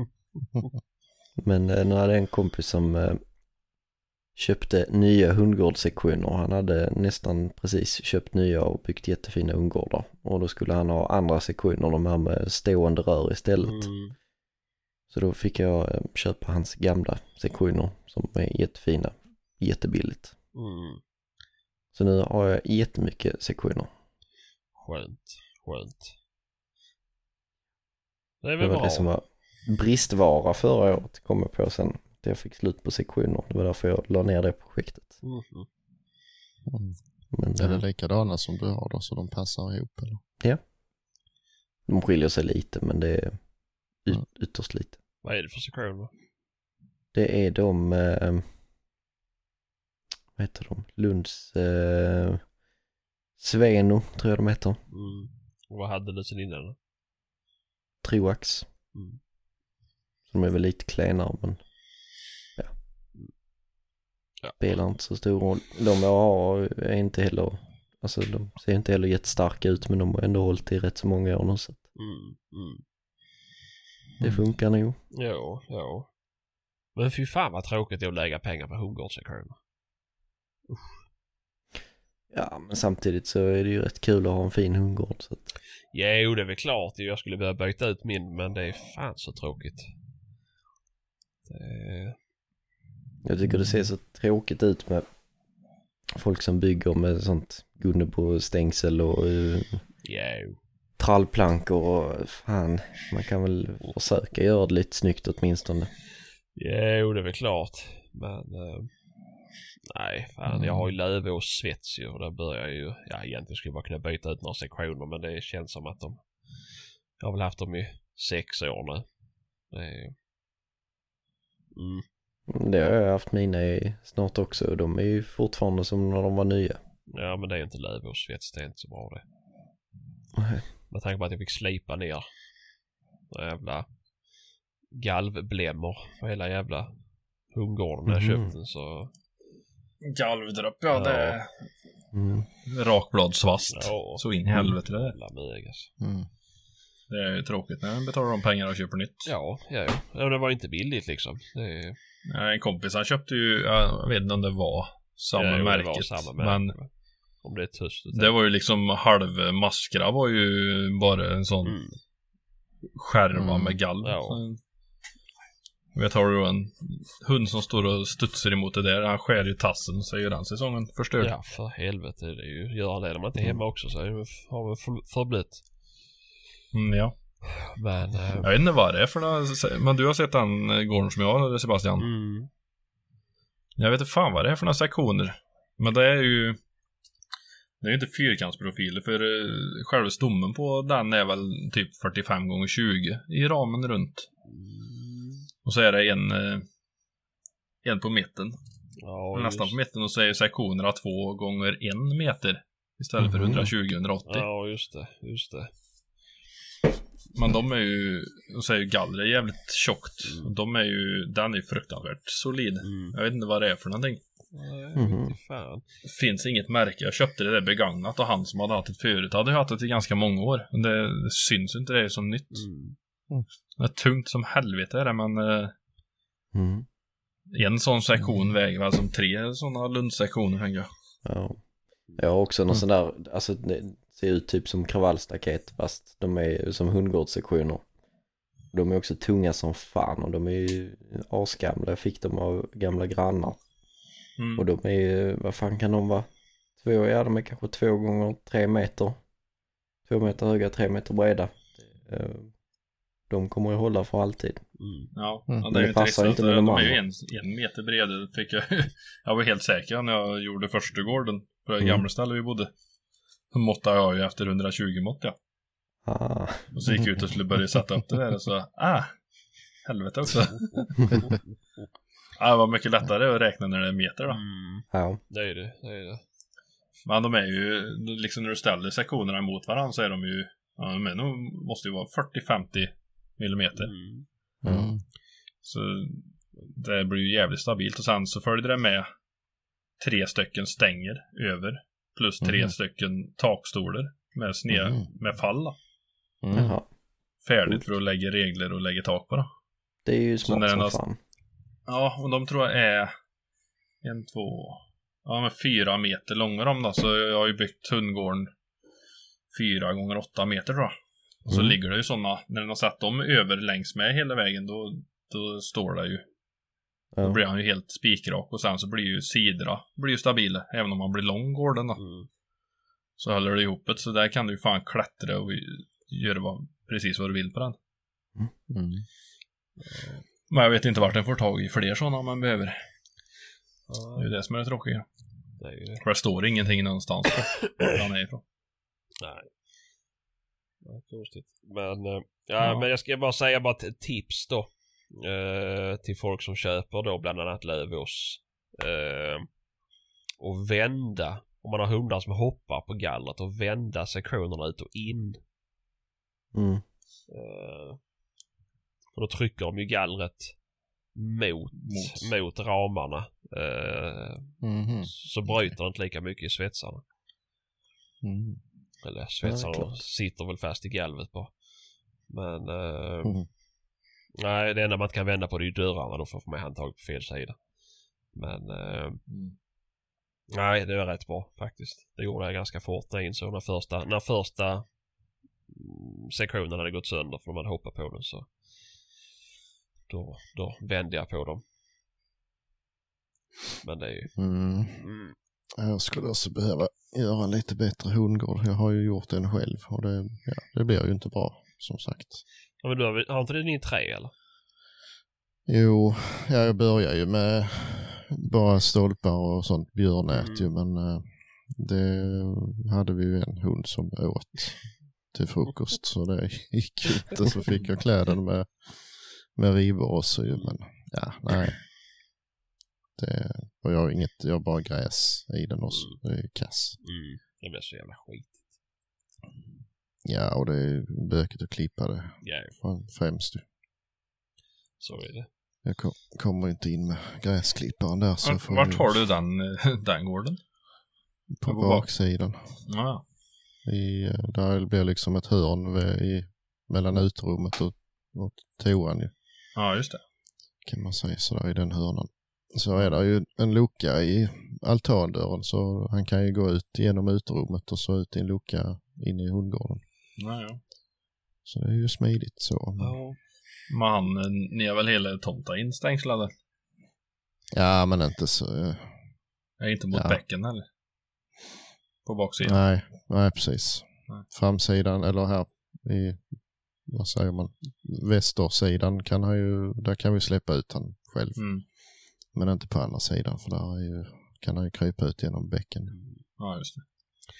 Men nu hade en kompis som köpte nya hundgårdssektioner. Han hade nästan precis köpt nya och byggt jättefina hundgårdar. Och då skulle han ha andra sektioner, de här med stående rör istället. Så då fick jag köpa hans gamla sektioner som är jättefina, jättebilligt. Så nu har jag jättemycket sektioner. Skönt. Det är väl det var bra. Det som var bristvara förra året, kom jag på sen. Jag fick slut på sektioner. Det var därför jag la ner det projektet. Men är det likadana som du har då, så de passar ihop eller? Ja. De skiljer sig lite, men det är ytterst lite. Vad är det för sektioner? Det är de vad heter de? Lunds Sveno, tror jag de heter. Och vad hade du sen innan? Troax. Så de är väl lite kleinare, men spelar inte så stor roll. De jag har är inte heller, alltså de ser inte heller jättestarka ut, men de har ändå hållit i rätt så många år nu, så det funkar nog. Ja. Men fy fan vad tråkigt det är att lägga pengar på hundgårdssektioner. Ja, men samtidigt så är det ju rätt kul att ha en fin hundgård. Så att... Jo, det är väl klart. Jag skulle börja byta ut min, men det är fan så tråkigt. Jag tycker det ser så tråkigt ut med folk som bygger med sånt Gunnebo-stängsel och trallplankor och fan, man kan väl försöka göra det lite snyggt åtminstone. Jo, det är väl klart. Men nej, fan, jag har ju löv och svets ju, och där börjar jag ju, egentligen skulle jag bara kunna byta ut några sektioner, men det känns som att jag har väl haft dem i 6 år nu. Det har jag haft mina i snart också, och de är ju fortfarande som när de var nya. Ja, men det är inte löv och svets, det är inte så bra det. Nej. Med tanke på att jag fick slipa ner jävla galvblämmor för hela jävla hundgården när jag köpte den, så... Galvdropp, det är rakbladsvast. Så in i helvete det. Det är ju tråkigt när man betalar de pengar och köper nytt. Ja, det var inte billigt liksom. En kompis, han köpte ju, jag vet inte om det var samma märket, men Om det är tyst. Det var ju liksom halvmaskra var ju bara en sån skärva med gall. Ja. Vet, har du en hund som står och studsar emot det där, han skär ju tassen, så är ju den säsongen förstörd. Ja, för helvete, det är ju, gör det när man inte är hemma också, så har vi förblivit. Ja. Men jag vet inte vad det är för några, men du har sett den gården som jag har, Sebastian. Jag vet inte fan vad det är för några sektioner. Men det är ju inte fyrkantsprofiler, för själva stommen på den är väl typ 45x20 i ramen runt. Och så är det en på mitten. Ja, nästan på mitten, och så är sektionerna 2x1 meter istället för 120-180. Ja, just det. Men de är ju, och så är ju gallret jävligt tjockt. Den är ju fruktansvärt solid. Jag vet inte vad det är för någonting. Fan. Det finns inget märke. Jag köpte det där begagnat, och han som hade haft det förut hade ju haft det i ganska många år. Men det syns inte, det är som nytt. Det är tungt som helvete är det, men en sån sektion väger väl som 3 såna Lundsektioner, tänker jag. Ja. Jag har också någon sån där, alltså det ser ut typ som kravallstaket, fast de är som hundgårdssektioner. De är också tunga som fan, och de är ju asgamla. Jag fick dem av gamla grannar. Och de är ju, vad fan kan de vara? De är kanske 2x3 meter. 2 meter höga, 3 meter breda. De kommer att hålla för alltid. Ja, det är ju passar inte med de är ju en meter breda, fick jag var helt säker när jag gjorde första gården på det gamla stället vi bodde. Så måttade jag ju efter 120 mått, ja. Och så gick jag ut och skulle börja sätta upp det där, och så helvete också. Det var mycket lättare att räkna när det är meter då. Ja, det är det. Men de är ju liksom, när du ställer sektionerna mot varandra, så är de ju, de måste ju vara 40-50 millimeter. Så det blir ju jävligt stabilt. Och sen så följer det med 3 stycken stänger över, plus 3 stycken takstolar med fall då. Färdigt för att lägga regler och lägga tak på då. Det är ju smart som fan. Ja, och de tror jag är 4 meter långa de då. Så jag har ju byggt hundgården 4x8 meter då. Och så ligger det ju sådana, när den har satt dem över längs med hela vägen, då står det ju. Då blir han ju helt spikrak, och sen så blir ju sidorna stabila, även om man blir lång gården då. Så håller det ihop det, så där kan du ju fan klättra och göra precis vad du vill på den. Men jag vet inte vart den får tag i fler sådana om man behöver. Det är ju det som är det tråkiga. Det är ju det. För det står ingenting någonstans på den är ifrån. Nej. Det är konstigt. Men jag ska bara säga ett tips då. Till folk som köper då bland annat lövås. Och vända, om man har hundar som hoppar på gallret, och vända sektionerna ut och in. För då trycker de ju gallret mot ramarna. Så bryter det inte lika mycket i svetsarna. Eller svetsarna sitter väl fast i galvet på. Men nej, det enda man kan vända på det är ju dörrarna, då får man handtag på fel sida. Men nej, det är rätt bra faktiskt. Det gjorde jag ganska fort när jag insåg när första sektionen hade gått sönder för man hoppade på den, så då vände jag på dem. Men det är ju jag skulle också behöva göra en lite bättre hundgård. Jag har ju gjort den själv, och det blir ju inte bra, som sagt. Ja, men du har inte det i trä, eller? Jo, jag börjar ju med bara stolpar och sånt björnät ju, men det hade vi ju en hund som åt till frukost, så det gick inte. Så fick jag kläden med rivor också ju, men nej. Och jag har bara gräs i den också. Det är kass. Det blir så jävla skit. Ja, och det är bökigt att klippa det. Främst ju. Så är det. Jag kommer inte in med gräsklipparen där. Så vart har du den gården? På baksidan. Ja. Där blir liksom ett hörn mellan utrummet och toan ju. Ja, just det. Kan man säga sådär, i den hörnan. så är det ju en lucka i altandörren, så han kan ju gå ut genom utrummet och så ut i en lucka in i hundgården. Ja. Så det är ju smidigt så. Ja. Men ni är väl hela tomta instängslade? Ja, men inte så... Är inte mot bäcken eller? På baksidan? Nej, precis. Nej. Framsidan, eller här i, vad säger man, västersidan där kan vi släppa ut han själv. Men inte på andra sidan, för där är ju, kan han ju krypa ut genom bäcken. Ja, just det.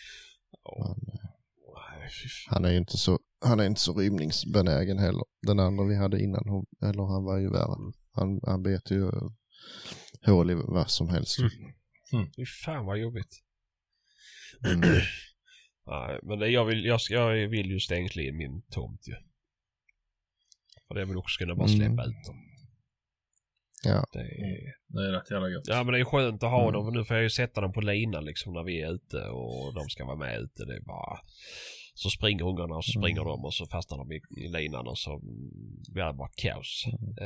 Han är ju inte så rymningsbenägen heller. Den andra vi hade innan, han var ju värre. Han bet ju hål i vad som helst. Fy fan vad jobbigt. Nej, men jag vill ju stängsla in min tomt ju. För det vill också kunna bara släppa ut dem. Ja. Det är rätt jävla gött. Ja, men det är skönt att ha dem. Nu får jag ju sätta dem på linan liksom när vi är ute och de ska vara med ute. Det är bara... Så springer ungarna och så springer de och så fastnar de i linan och så blir det bara kaos.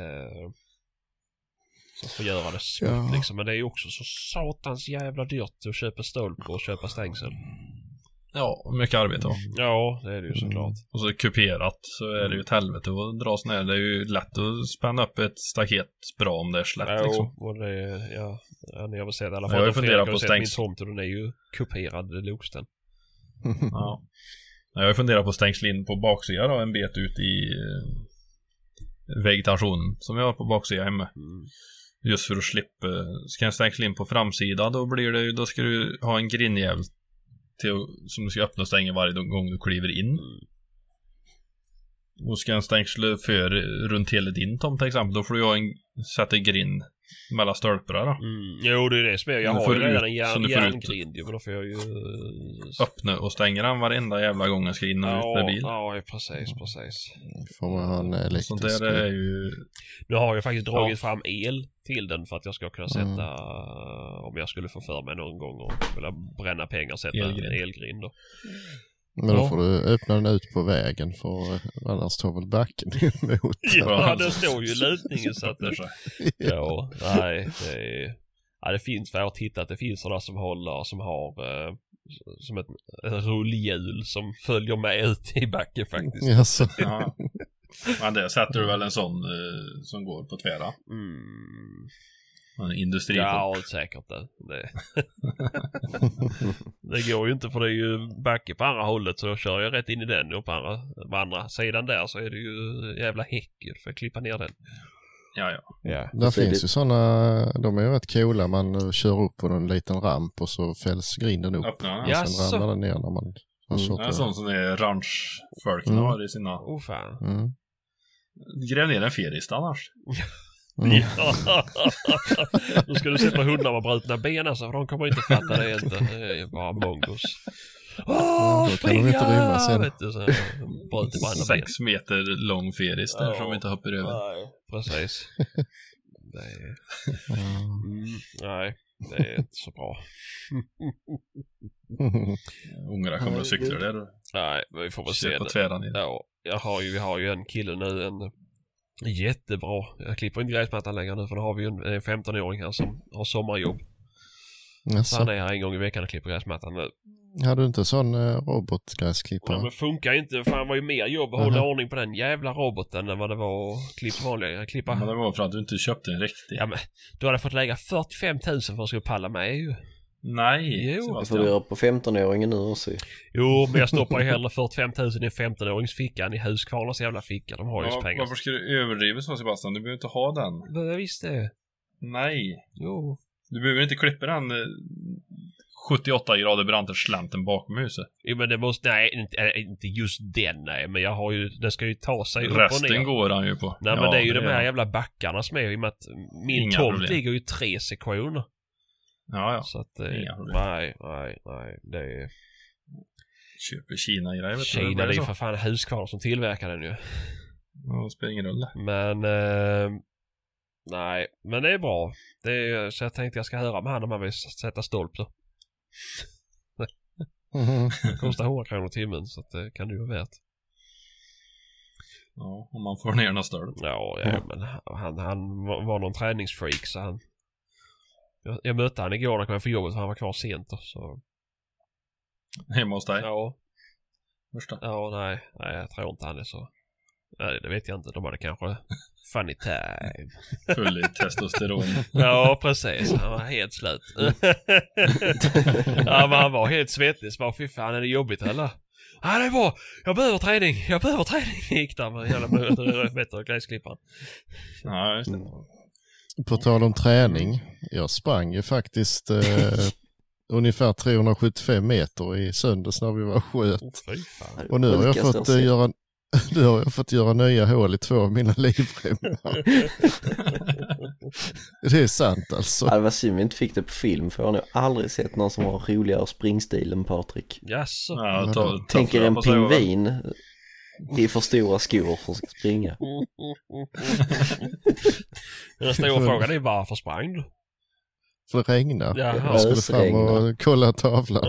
Så får göra det svårt liksom. Men det är ju också så satans jävla dyrt att köpa stolp och köpa stängsel. Ja, mycket arbete. Ja, det är det ju såklart. Och så kuperat så är det ju ett helvete att dras ner. Det är ju lätt att spänna upp ett staket bra om det är slätt liksom. Och det ni har väl sett i alla fall. Jag funderar på min tomt och den är ju kuperad loksten. Ja. Jag har funderat på stängsel in på baksidan och en bet ut i vegetationen som jag har på baksidan hemma. Just för att slippa. Ska jag stängsla in på framsidan då ska du ha en grindjävel som du ska öppna och stänga varje gång du kliver in. Och ska en stängsla för runt hela din tomt till exempel, då får du sätta grind mellan stolparna då. Jo, det är det som jag har ju redan en järngrind, men då får jag ju öppna och stänga den varenda jävla gång jag ska in och ut med bil. Ja, precis. Får man ha en elektrisk. Sånt där är ju... Nu har jag faktiskt dragit fram el till den för att jag ska kunna sätta, om jag skulle få för mig någon gång och vilja bränna pengar, sätta en elgrind då. Men då får du öppna den ut på vägen, för annars tar väl backen emot. Ja, det står ju lutningen så att det... Ja, nej, det finns, för jag har tittat, det finns sådana som har som ett rullhjul som följer med ut i backen faktiskt. Jaså. Ja. Men det sätter du väl en sån som går på tvära? En industri. Ja, säkert det. Det går ju inte, för det är ju backe på andra hållet, så kör jag rätt in i den, och på andra sidan där så är det ju jävla häck för att klippa ner den. Ja. Där finns ju sådana, de är ju rätt coola, man kör upp på en liten ramp och så fälls grinden upp. Öppna, och sen ramlar den ner när man har kört. Det är sånt som är ranchfolk har i sina... fan. Gräv ner en ferist annars. Ja. Då ska du se på hundar med brutna ben alltså, för de kommer inte fatta det inte. Det är bara mongos. Kan de inte rymma sen. Vet du, så 6 meter lång ferist där som inte hoppar över. Nej, precis. Det är... nej, det är inte så bra. Ungarna kommer att cykla där då. Nej, vi får väl se det. Ja, vi har ju en kille nu, en jättebra. Jag klipper inte gräsmattan längre nu, för då har vi ju en 15-åring här som har sommarjobb. Så han är här en gång i veckan och klipper gräsmattan nu. Hade du inte sån robotgräsklippare? Ja, men funkar inte. Fan, var ju mer jobb att hålla ordning på den jävla roboten än vad det var att klippa vanliga klippa. Men det var för att du inte köpte en riktig. Ja, men du hade fått lägga 45 000 för att skulle palla med ju. Nej. Jo. Det får du göra på 15-åringen nu också. Jo, men jag stoppar ju hellre 45 000 i 15-årings fickan i Husqvarnas jävla ficka. De har ju pengar. Varför ska du överdriva så, Sebastian? Du behöver inte ha den. Jag visste det. Nej. Jo. Du behöver inte klippa den 78 grader branta slänten bakom huset. Jo, men det måste... Nej, inte just den, nej. Men jag har ju... Det ska ju ta sig upp och ner. Resten går han ju på. Nej, men det är ju de här jävla backarna som är, i och med att min tomt ligger ju 3 sektioner. Ja. Så att... nej. Det är... Köper Kina-grejer. Kina, det är ju för fan Husqvarna som tillverkar den ju. Ja, det spelar ingen roll. Men... nej, men det är bra. Så jag tänkte jag ska höra med han om man vill sätta stolp då. Det kostar 100 kronor timmen, så att det kan du ju värt. Ja, om man får ner någon stolp. Ja, men han var någon träningsfreak, så han Jag mötte han igår när jag kom för jobbet, för han var kvar sent då, så... Hemma hos dig? Ja. Första? Ja, nej, jag tror inte han är så... Nej, det vet jag inte. De hade kanske funny time. Full i testosteron. Ja, precis. Han var helt slut. Ja, men han var helt svettig. Så bara, fy fan, är det jobbigt eller? Ja, det är bra. Jag behöver träning. Gick där med hela bättre gräsklipparen. Ja, just det. På tal om träning. Jag sprang ju faktiskt ungefär 375 meter i söndags när vi var sköt. Och nu har jag fått göra nya hål i 2 av mina livremmar. Det är sant alltså. Det var synd vi inte fick det på film, för jag har nog aldrig sett någon som har roligare springstil än Patrik. Jaså. Ja, tänker en pingvin i för stora skor som ska springa. Den stora frågan är varför sprang du? För det regnar. Jaha. Jag skulle fram och kolla tavlan.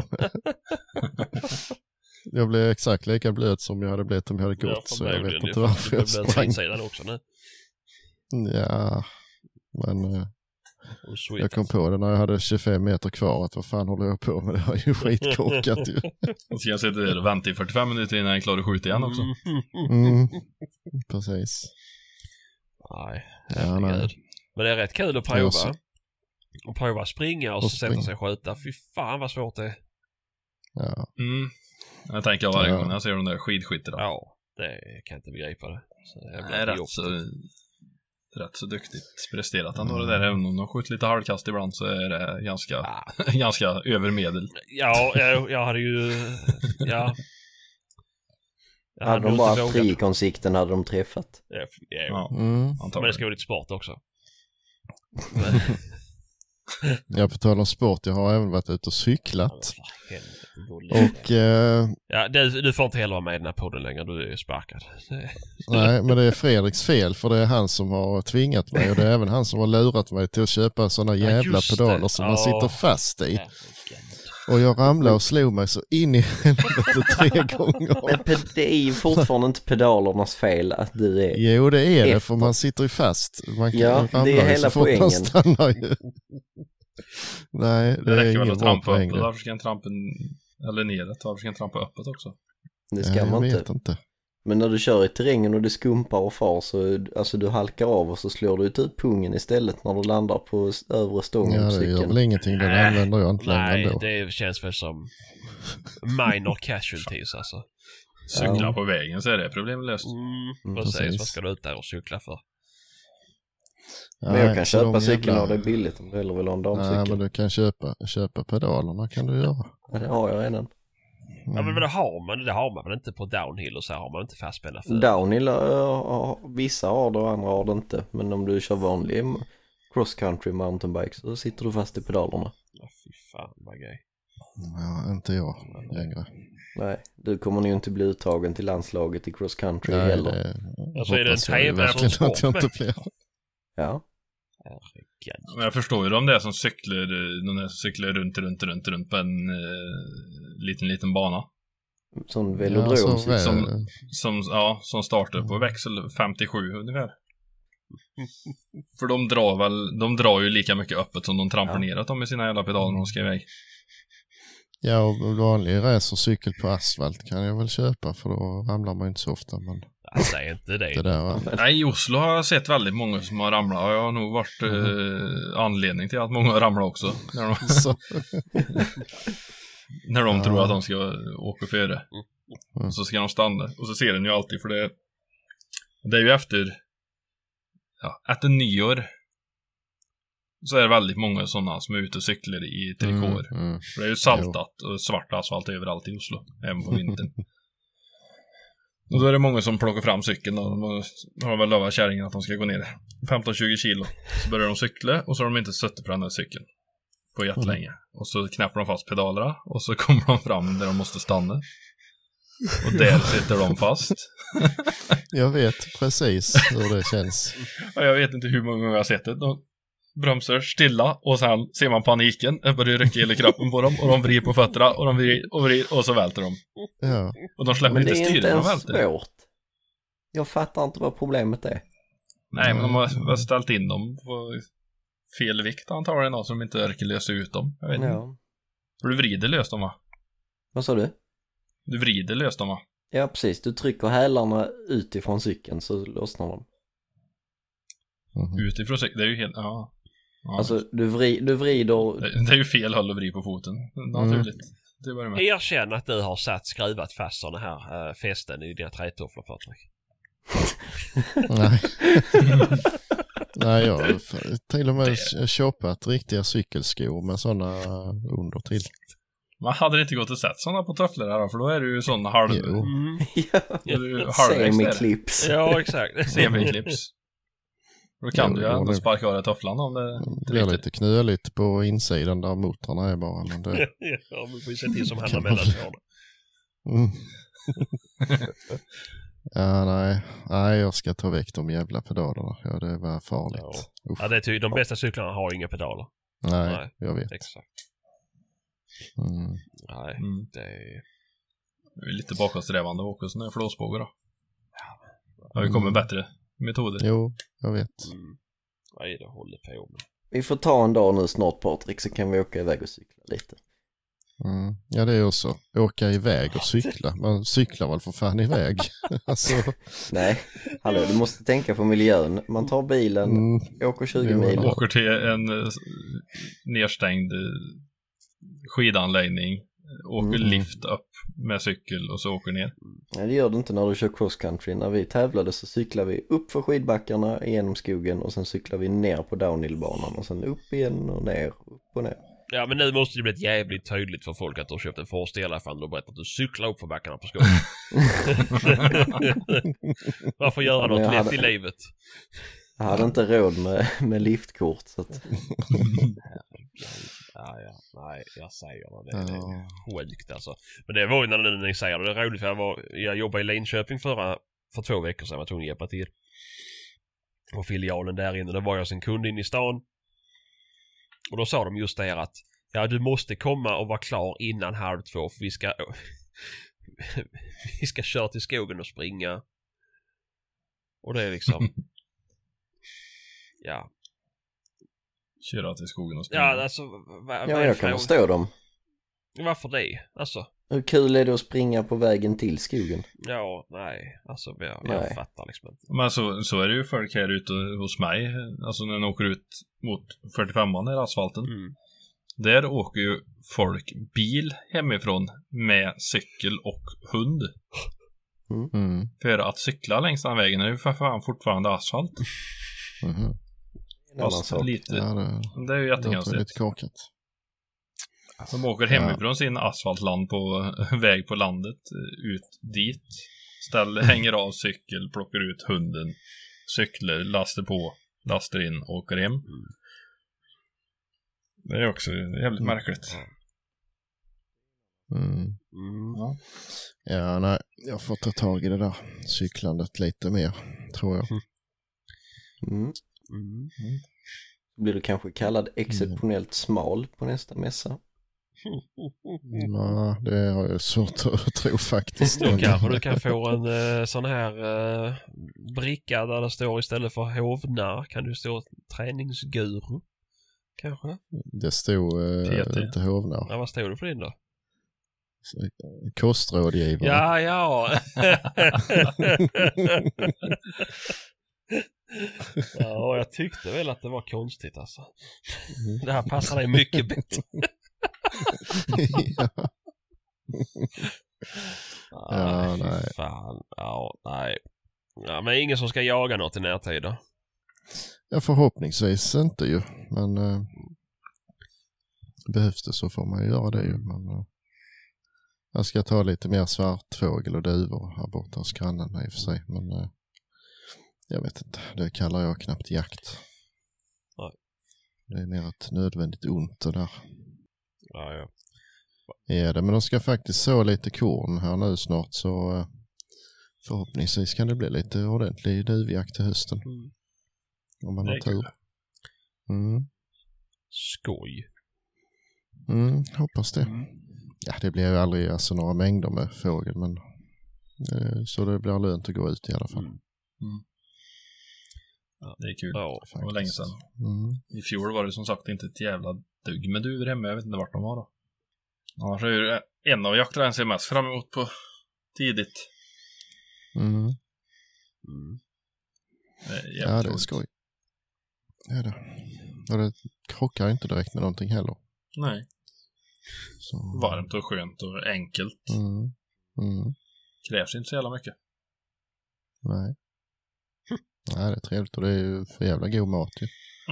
Jag blev exakt lika blöt som jag hade blivit om jag hade gått, så jag vet inte varför jag sprang. Också nu. Ja, men jag kom på det när jag hade 25 meter kvar att vad fan håller jag på med, det var ju skitkorkat ju. Och så jag sitter där och väntar i 45 minuter innan jag klarar att skjuta igen också. Precis. Nej, nej. Men det är rätt kul att prova. Och prova springa och sätta sig och skjuta. Fy fan vad svårt det är. Ja. Jag tänker varje gång jag ser de där skidskyttarna. Ja, det kan jag inte begripa det. Så det är rätt så duktigt presterat ändå det där. Även om de skjuter lite halvkast ibland så är det ganska övermedel. Ja, jag hade ju... Ja. Hade de bara haft frikonsikten hade de träffat. Ja. Men det ska vara lite sport också. Jag på tal om sport, jag har även varit ute och cyklat. Och ja, du får inte heller vara med i den här podden längre, du är sparkad. Nej, men det är Fredriks fel, för det är han som har tvingat mig, och det är även han som har lurat mig till att köpa sådana jävla pedaler som man sitter fast i. Och jag ramlade och slog mig så in i helvete 3 gånger. Men det är ju fortfarande inte pedalernas fel att du är... Jo, det är det, för man sitter ju fast. Man kan ramla, det är hela poängen. Man stannar ju. Nej, det är ingen bra poäng. Varför ska en trampa eller neråt? Varför ska en trampa öppet också? Det ska man inte. Men när du kör i terrängen och det skumpar och far, så alltså du halkar av och så slår du ut pungen istället när du landar på övre stången på cykeln. Ja, det gör väl ingenting, den använder jag inte längre ändå. Nej, det känns väl som minor casualties alltså. Cykla på vägen så är det problemlöst. Precis, vad ska du ut där och cykla för? Men jag kan köpa cykeln och det är billigt om du hellre vill ha en damcykel. Nej, men du kan köpa pedalerna, kan du göra. Ja, det har jag redan. Ja, men det har man väl inte på downhill, och så har man inte fastspänna för. Downhill, vissa har det och andra har det inte. Men om du kör vanlig cross country mountainbike så sitter du fast i pedalerna. Ja, fy fan vad grej. Ja, inte jag längre. Nej, du kommer nog inte bli uttagen till landslaget i cross country heller. Alltså är det en tävling som sport jag inte blir. Ja. Men jag förstår ju de där som cyklar runt på en liten bana. Som velodrom. Som startar på växel 57 ungefär. För de drar ju lika mycket öppet som de trampar neråt dem med sina jävla pedaler när de ska iväg. Ja, och vanlig racercykel på asfalt kan jag väl köpa, för då ramlar man inte så ofta. Men... Säg inte det. Nej, i Oslo har jag sett väldigt många som har ramlat, och jag har nog varit anledning till att många har ramlat också. När de tror att de ska åka före. Så ska de stanna. Och så ser den ju alltid, för det är ju efter nyår så är det väldigt många sådana som är ute och cyklar i trikåer. För det är ju saltat och svart asfalt överallt i Oslo, även på vintern. Och då är det många som plockar fram cykeln, och de har väl lovat kärringen att de ska gå ner 15-20 kilo. Så börjar de cykla, och så har de inte suttit på den här cykeln på jättelänge. Och så knäpper de fast pedalerna, och så kommer de fram där de måste stanna. Och där sitter de fast. Jag vet precis hur det känns. Och jag vet inte hur många gånger jag har sett det. De bromsar stilla, och sen ser man paniken. Det börjar rycka hela kroppen på dem, och de vrider på fötterna, och de vrider, och så välter de. Ja. Och de släpper inte styret. Men det är inte ens svårt. Jag fattar inte vad problemet är. Nej, men de har ställt in dem fel vikt antagligen då, som inte orkar lösa ut dem. Jag vet inte. För du vrider löst dem, va? Vad sa du? Du vrider löst dem, va? Ja, precis. Du trycker hälarna utifrån cykeln så lossnar de. Utifrån cykeln? Det är ju helt... Ja. Alltså, du vrider... Det är ju fel håll att vrida på foten. Naturligt. Det var det med. Erkänn att du har skruvat fast såna här fästen i dina trätofflor, Patrik. Nej. Nej, jag har till och med köpat riktiga cykelskor med sådana under till. Man hade inte gått och sett sådana på tofflor här, för då är det ju sådana halv... Semiklips. Ja, exakt. Semiklips. Då kan du ju ändå sparka av det tofflan om det blir lite knöligt på insidan där motorn är bara. Men det... ja, men får ju se till som handlar mellan tårna. Ja, nej, jag ska ta väck de jävla pedalerna. Ja, det var farligt. Ja, det är de bästa cyklarna har inga pedaler. Nej, jag vet. Exakt. Nej, det är... Det är lite bakåtsträvande att åka sådana här flåsbågar då. Har vi kommit bättre metoder? Jo, jag vet. Vad är det håller på med? Vi får ta en dag nu snart, Patrik, så kan vi åka iväg och cykla lite. Ja, det är också. Åka iväg och cykla. Man cyklar väl för fan iväg. Alltså... Nej, hallå, du måste tänka på miljön. Man tar bilen, åker 20 mil. Åker till en nedstängd skidanläggning, åker lift upp med cykel och så åker ner. Nej, det gör du inte när du kör cross country. När vi tävlade så cyklar vi upp för skidbackarna genom skogen och sen cyklar vi ner på downhillbanan och sen upp igen och ner, upp och ner. Ja, men nu måste det bli jävligt tydligt för folk att du har köpt en Force i alla fall och berättat att du cyklar upp för backarna på skogen. Varför göra något lätt i livet? Jag hade inte råd med liftkort så att... Nej, jag säger det. Det är sjukt alltså. Men det var ju när ni säger det är roligt för jag jobbade i Linköping för 2 veckor sedan. Jag var tvungen att hjälpa till. Och filialen där inne, då var jag som kund in i stan. Och då sa de just det att du måste komma och vara klar innan 1:30 för vi ska köra till skogen och springa. Och det är liksom köra till skogen och springa. Ja, alltså jag kan förstå dem. Varför det? Alltså. Hur kul är det att springa på vägen till skogen? Ja, nej. Alltså, jag fattar liksom inte. Men så är det ju folk här ute hos mig. Alltså när de åker ut mot 45an i asfalten. Där åker ju folk bil hemifrån med cykel och hund. För att cykla längs den vägen är ju för fan fortfarande asfalt. Lite, det är ju jättekonstigt. Lite korkat. De åker hemifrån sin asfaltland på väg på landet ut dit. Hänger av cykel, plockar ut hunden, cyklar, lastar på, lastar in, åker hem. Det är också jävligt märkligt. Ja, nej, jag får ta tag i det där cyklandet lite mer, tror jag. Blir du kanske kallad exceptionellt smal på nästa mässa? Nej, det har jag svårt att tro faktiskt. Då kanske du kan få en sån här bricka där det står istället för hovnar kan du stå träningsguru. Kanske? Det stod inte hovnar. Ja, vad stod det för din då? Kostrådgivare. Ja. Ja, jag tyckte väl att det var konstigt alltså. Det här passar dig mycket bättre. Nej. Fan. Nej. Ja, men ingen som ska jaga något i närtid då? Ja, förhoppningsvis inte ju. Men behövs det så får man ju göra det ju. Men jag ska ta lite mer svartfågel och duvor här borta hos grannen i och för sig. Men jag vet inte, det kallar jag knappt jakt. Nej. Det är mer ett nödvändigt ont och där. Ja. Ja, men de ska faktiskt så lite korn här nu snart så förhoppningsvis kan det bli lite ordentlig duvjakt till hösten. Om man har tur. Skoj. Hoppas det. Ja, det blir ju aldrig alltså några mängder med fågel men så det blir lönt att gå ut i alla fall. Det är kul. Ja, det var länge sedan. I fjol var det som sagt inte ett jävla dugg med duvor hemma. Jag vet inte vart de var då. Annars är det en av jakterna jag ser mest fram emot på tidigt. Ja, det är skoj. Ja, det krockar inte direkt med någonting heller. Nej. Så. Varmt och skönt och enkelt. Krävs inte så jävla mycket. Nej. Nej, det är trevligt och det är ju för jävla god mat ju.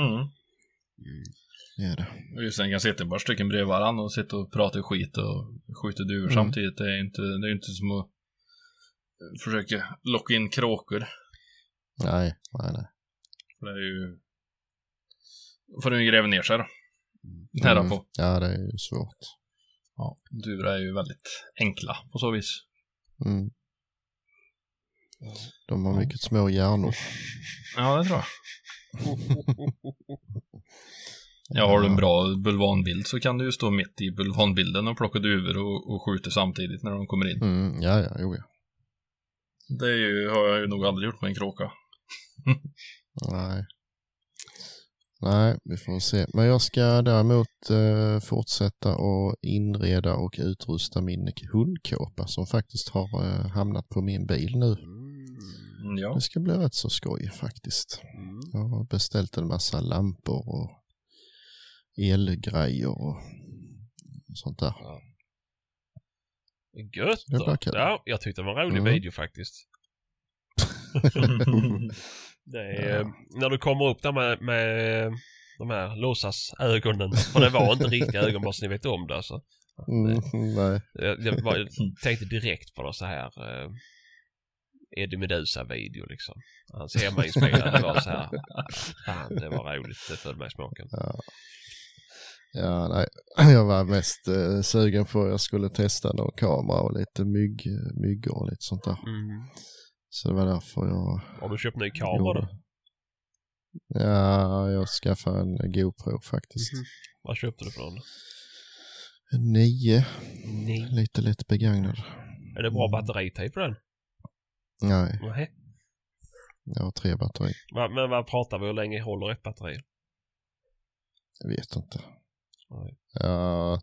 Ja, det. Och just sen kan sitta bara stycken bredvid varann och sitta och prata skit och skjuta duvor samtidigt. Det är inte som att försöka locka in kråkor. Nej. Det är ju... får du ju gräva ner sig då. Nära på. Ja, det är ju svårt. Ja, duvor är ju väldigt enkla på så vis. De har mycket små hjärnor. Ja, det tror jag. Ja, har du en bra bulvanbild så kan du ju stå mitt i bulvanbilden och plocka duvor och skjuta samtidigt när de kommer in. Ja. Det är ju, har jag ju nog aldrig gjort med en kråka. Nej, vi får se. Men jag ska däremot fortsätta och inreda och utrusta min hundkåpa som faktiskt har hamnat på min bil nu. Ja. Det ska bli rätt så skoj faktiskt. Jag har beställt en massa lampor och elgrejer och sånt där. Gött då. Ja, jag tyckte det var en rolig video faktiskt. Det är, när du kommer upp där med de här låtsasögonen, för det var inte riktiga ögon bara så ni vet om det alltså. Nej. Jag tänkte direkt på så här Eddie Meduza-video liksom. Hans hemmainspelade var så här. Fan, det var roligt, det föll mig i smaken. Ja, nej. Jag var mest sugen på att jag skulle testa någon kamera och lite myggor och lite sånt där. Så det var därför jag... Har du köpt ny kamera då? Ja, jag skaffade en GoPro faktiskt. Vad köpte du för den? 9. Lite begagnad. Är det bra batteritid på den? Nej. Nej. Jag har 3 batteri. Men vad pratar vi? Hur länge håller ett batteri? Jag vet inte. Nej. Ja,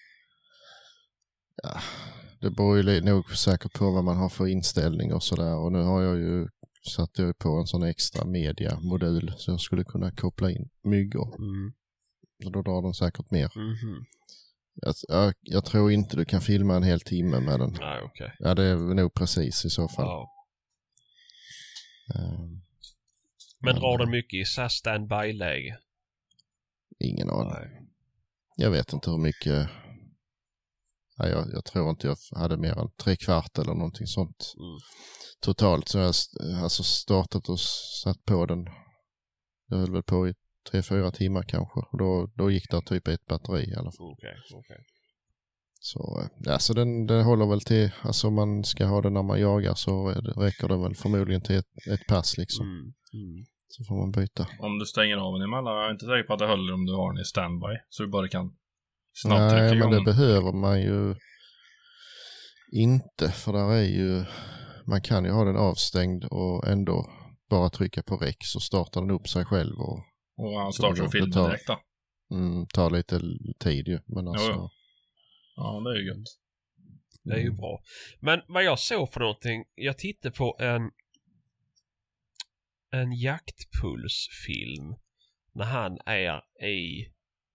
det beror ju nog säkert på vad man har för inställning och sådär. Och nu har jag ju satt på en sån extra media-modul så jag skulle kunna koppla in myggor. Så då drar de säkert mer. Jag tror inte du kan filma en hel timme med den. Nej, okej. Ja, det är nog precis i så fall. Ja. Men drar den mycket i standby-läge? Ingen aning. Jag vet inte hur mycket... Ja, jag tror inte jag hade mer än 3/4 eller någonting sånt. Totalt så jag alltså startat och satt på den. Jag höll väl på i 3-4 timmar kanske. Och då gick det typ ett batteri i alla fall. Okej. Så, så den håller väl till, alltså om man ska ha den när man jagar så räcker det väl förmodligen till ett pass liksom. Så får man byta. Om du stänger av den emellan, jag är inte säker på att det håller om du har den i standby. Så du bara kan snabbt trycka igång. Nej, men det behöver man ju inte, för där är ju, man kan ju ha den avstängd och ändå bara trycka på räck så startar den upp sig själv. Och han startar och filmar direkt då. Tar lite tid ju, men alltså... Ja, det är ju gött. Det är ju bra. Men vad jag såg för någonting, jag tittade på en jaktpulsfilm när han är i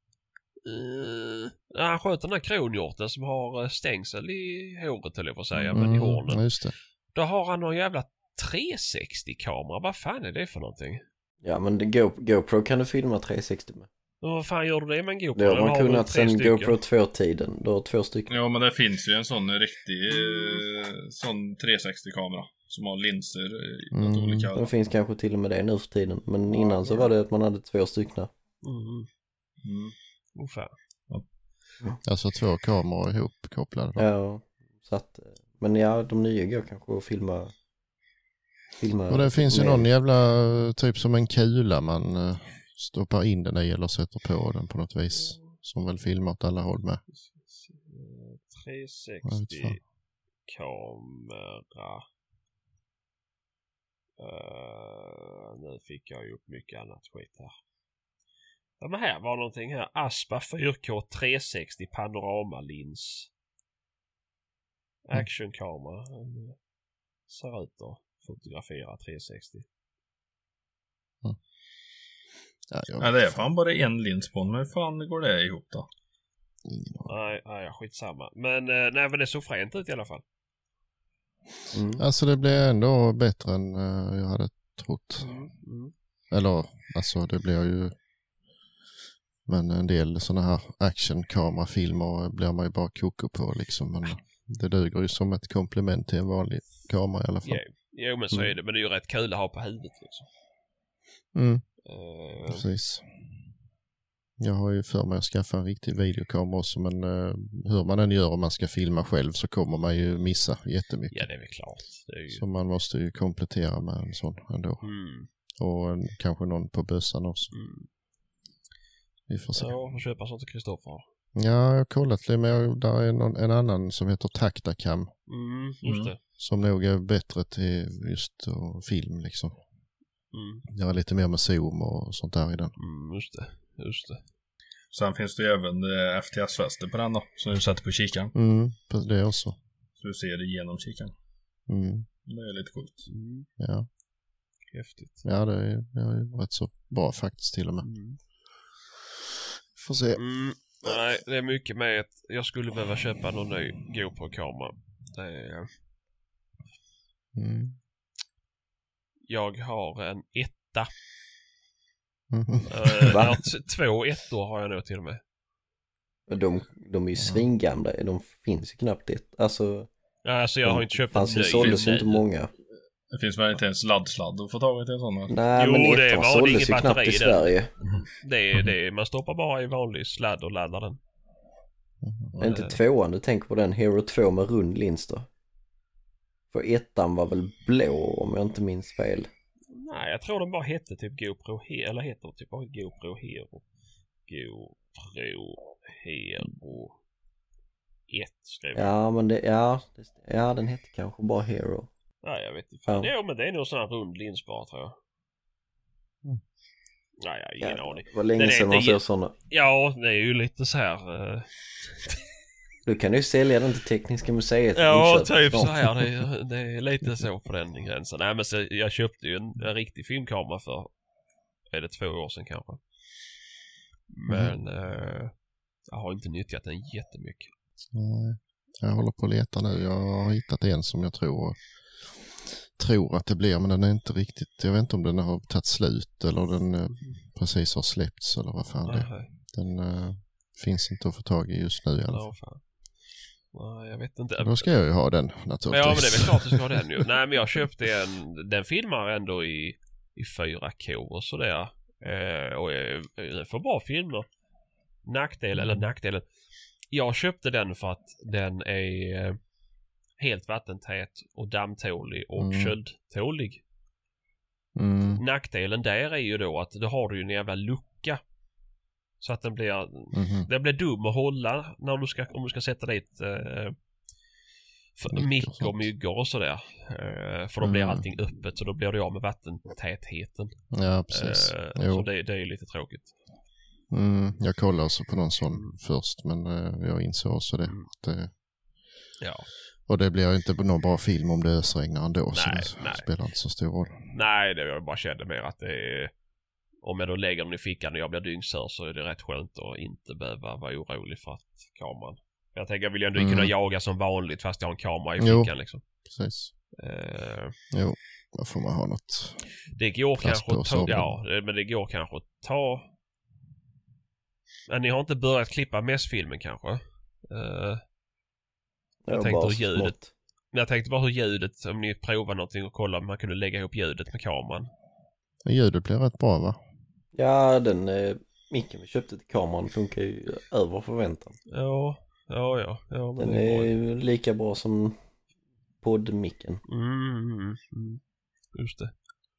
han sköter den här kronhjorten som har stängsel i håret, eller jag säga, men i hornen. Just det. Då har han någon jävla 360-kamera. Vad fan är det för någonting? Ja, men GoPro kan du filma 360 med. Vad fan gör du det med en GoPro? Det har man kunnat sen GoPro 2-tiden. Då har 2 stycken. Ja, men det finns ju en sån riktig sån 360-kamera som har linser i olika... Det finns kanske till och med det nu för tiden. Men innan så var det att man hade 2 stycken. Fan. Alltså 2 kameror ihopkopplade då. Ja, så att... Men ja, de nya går kanske att filma och det finns ju någon jävla typ som en kula man stoppar in den i eller sätter på den på något vis. Som väl filmar åt alla håll med. 360 kamera. nu fick jag ju upp mycket annat skit här. Ja, men här var någonting här. Aspa 4K 360 panoramalins. Actionkamera. Ser ut att fotografera 360. Ja, det är fan bara en lins på, men hur fan går det ihop då? Nej, skitsamma. Men nej, men det såg fränt ut i alla fall. Alltså det blev ändå bättre än jag hade trott. Eller, alltså det blir ju... Men en del sådana här actionkamerafilmer blir man ju bara koko på liksom. Men det duger ju som ett komplement till en vanlig kamera i alla fall. Jo, men så är det. Men det är ju rätt kul att ha på huvudet liksom. Precis. Jag har ju för mig att skaffa en riktig videokamera också, men hur man än gör om man ska filma själv så kommer man ju missa jättemycket. Ja, det är väl klart. Det är ju... Så man måste ju komplettera med en sån ändå. Och kanske någon på bössan också. Vi får se. Ja, får köpa sånt till Kristoffer. Ja, jag har kollat lite, men där är en annan som heter Tactacam. Just det. Som nog är bättre till just film liksom. Göra lite mer med zoom och sånt där i den. Just det. Sen finns det ju även FTS-fäste på den då, som du sätter på kikaren. Det är också. Så du ser det genom kikaren. Det är lite coolt. Ja. Häftigt. Ja, det är rätt så bra faktiskt till och med. Får se. Nej, det är mycket med att jag skulle behöva köpa någon ny GoPro-kamera. Det är... Jag har en 1. Jag har 2 ettor har jag nu till och med. De är ju svingamla. De finns ju knappt ett. Alltså jag har inte köpt en ny. Det såldes inte många. Det finns väl inte ens laddsladd att få tag i till en sån här. Nej, men ettan såldes ju knappt i Sverige. Det man stoppar bara i vanlig sladd och laddar den. Är inte 2:an du tänker på, den Hero 2 med rund lins då? För 1:an var väl blå om jag inte minns fel. Nej, jag tror den bara hette typ GoPro Hero, eller heter typ bara GoPro Hero. GoPro Hero 1 skrev jag. Ja, men den hette kanske bara Hero. Nej, jag vet inte. Ja, men det är nog sån här rund lins bara, tror jag. Nej, jag har ingen aning. Det var länge sedan man såg sådana. Ja, det är ju lite så här... Du kan ju sälja den till Tekniska museet. Ja, typ så här. Det är lite så på den gränsen. Nej, men så, jag köpte ju en riktig filmkamera för... Är det 2 år sedan kanske? Men jag har inte nyttjat den jättemycket. Nej, jag håller på att leta nu. Jag har hittat en som jag tror att det blir, men den är inte riktigt, jag vet inte om den har tagit slut eller den precis har släppts eller vad fan det är. Den finns inte att få tag i just nu i alla fall. Nej, jag vet inte. Då ska jag ju ha den naturligtvis. Ja, men det är väl klart du ska ha den ju. Nej, men jag köpte den filmar ändå i 4K och sådär. Och för bra filmer. Nackdelen. Jag köpte den för att den är helt vattentät och dammtålig och köldtålig. Nackdelen där är ju då att då har du ju en jävla lucka. Så att den blir dum att hålla när om du ska sätta dit myggor och sådär. För då blir allting öppet, så då blir det av med vattentätheten. Ja, precis. Så det är ju lite tråkigt. Jag kollade också på någon sån först, men jag insåg också det. Ja. Och det blir inte någon bra film om det ösregnar ändå, så det spelar inte så stor roll. Nej, det jag bara kände mer att det är... Om jag då lägger den i fickan och jag blir dyngsör så är det rätt skönt att inte behöva vara orolig för att kameran... Jag tänker, jag vill ju ändå kunna jaga som vanligt fast jag har en kamera i fickan liksom. Precis. Jo, då får man ha något. Det går kanske att ta... men det går kanske att ta... Men ni har inte börjat klippa mässfilmen kanske? Jag tänkte bara hur ljudet, om ni provar någonting och kolla om man kunde lägga ihop ljudet med kameran. Ljudet blir rätt bra, va? Ja, den micken vi köpte till kameran funkar ju över förväntan. Ja. Men den är ju lika bra som poddmicken. Just det.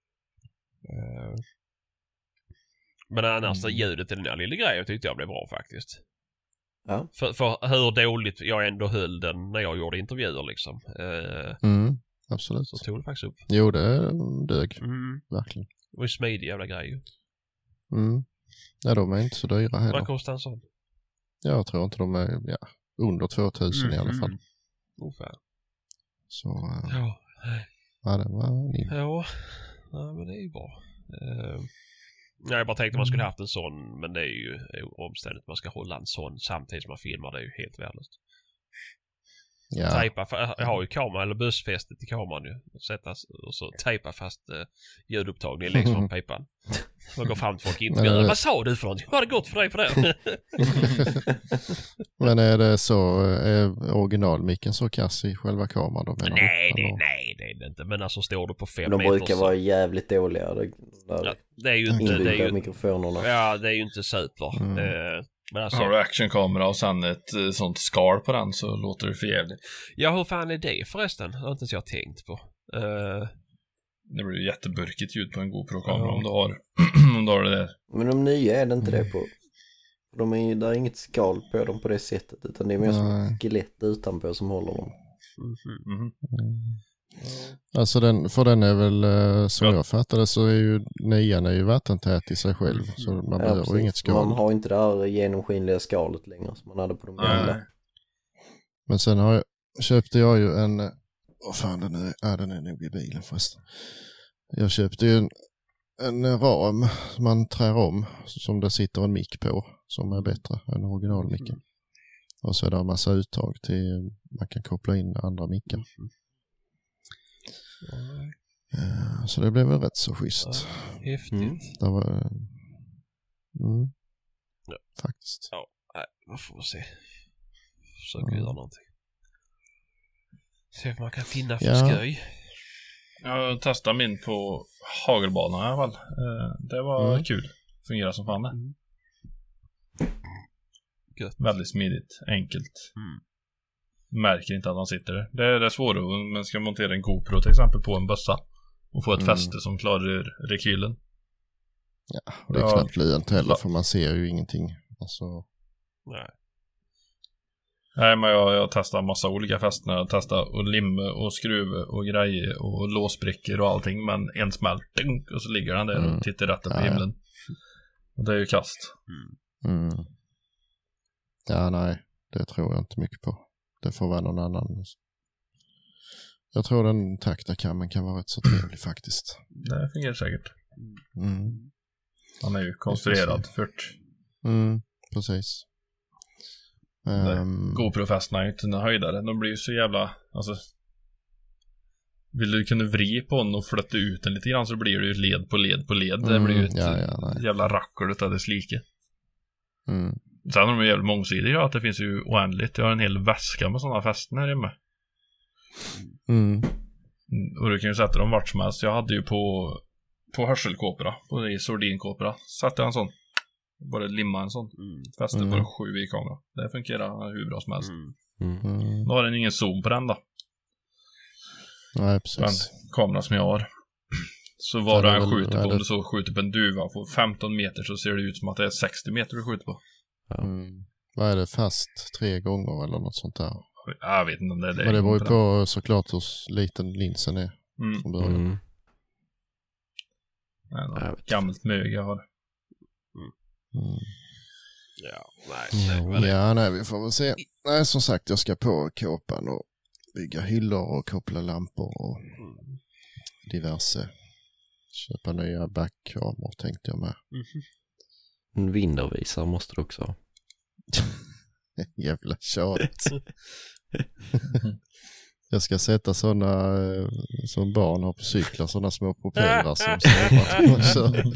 Men annars ljudet i den där lilla grejen tyckte jag blev bra faktiskt. Ja. För hur dåligt jag ändå höll den när jag gjorde intervjuer liksom. Absolut. Så tog det faktiskt upp. Jo, det dög. Verkligen. Det var ju smidig jävla grej. Ja, de är inte så dyra heller. Vad kostar en sån? Jag tror inte de är under 2000 i alla fall. Ungefär. Så ja, det var ja, men det är ju bra. Jag bara tänkte man skulle haft en sån, men det är ju omständigt. Man ska hålla en sån samtidigt som man filmar, det är ju helt värdelöst. Ja. Tejpa, jag har ju kamera eller bussfästet i kameran ju. Sättas och så tejpa fast ljudupptagningen längs från pipan. Man går fram till folk inte gör. Vad sa du för någonting? Har det gått för dig på det? Men är det så, är originalmicken så kass i själva kameran då? Nej, det är det inte. Men alltså står du på 5 meter. De brukar vara jävligt dåliga. Det är ju inte det är ju mikrofonerna. Ja, det är ju inte super. Men alltså, har du actionkamera och sen ett sånt skal på den så låter det för jävligt. Ja, hur fan är det förresten? Det har inte jag tänkt på. Det blir ju jätteburkigt ljud på en GoPro-kamera om du har det där. Men de nya är det inte det på. Där är inget skal på dem på det sättet, utan det är mer som skelett utanpå som håller dem. Alltså den är väl, så jag fattar det, så är ju 9:an är ju vattentät i sig själv. Så man behöver inget skal. Man har inte det här genomskinliga skalet längre som man hade på de gamla. Men sen köpte jag ju en, vad fan den är nog i bilen förresten. Jag köpte ju en ram man trär om som det sitter en mick på som är bättre än originalmicken. Och så är det en massa uttag till man kan koppla in andra mickar. Så det blev väl rätt så schysst. Häftigt. Det var faktiskt. Ja, man får se. Försöka göra någonting. Se om man kan finna för skoj. Jag testade min på hagelbanan i alla fall. Det var kul. Fungerar som fan det. Väldigt smidigt, enkelt. Märker inte att han sitter där. Det är svårt om man ska montera en GoPro till exempel på en bössa och få ett fäste som klarar rekylen. Ja, det är knappt lyant heller för man ser ju ingenting. Alltså... Nej, men jag testar massa olika fästen. Jag testar att limma och skruva och grejer och låsbrickor och allting. Men en smäll, och så ligger den där och tittar rätt upp i himlen. Och det är ju kast. Ja, nej. Det tror jag inte mycket på. Det får vara någon annan. Jag tror den taktakammen kan vara rätt så trevlig faktiskt. Det fungerar säkert. Han är ju konstruerad för precis. GoPro-fästena är ju inte höjdare. De blir ju så jävla, alltså, vill du kunna vri på den och flytta ut den lite grann så blir det ju led på led på led. Det blir ju ett jävla rackor utav det slike. Sen har de ju jävligt mångsidiga, att det finns ju oändligt. Jag har en hel väska med sådana fästen här inne. Och du kan ju sätta dem vart som helst. Jag hade ju på hörselkåpora, på sordinkåpora, satte jag en sån. Bara limma en sån. Fäste på en 7 i kamera. Det fungerar hur bra som helst. Då har den ingen zoom på den då. Nej, precis. Den kamera som jag har. Så var det en skjuter på, om du så skjuter på en duva på 15 meter så ser det ut som att det är 60 meter du skjuter på. Vad är det, fast 3 gånger eller något sånt där? Jag vet inte om det är det. Men det beror ju på såklart hur liten linsen är från början. Gammalt mög jag har. Nej, vi får väl se. Nej, som sagt, jag ska på kåpan och bygga hyllor och koppla lampor och diverse. Köpa nya backkameror tänkte jag med. En vindervisare måste du också ha. Jävla tjat. Jag ska sätta sådana som barn har på cyklar, sådana små propellrar som kör.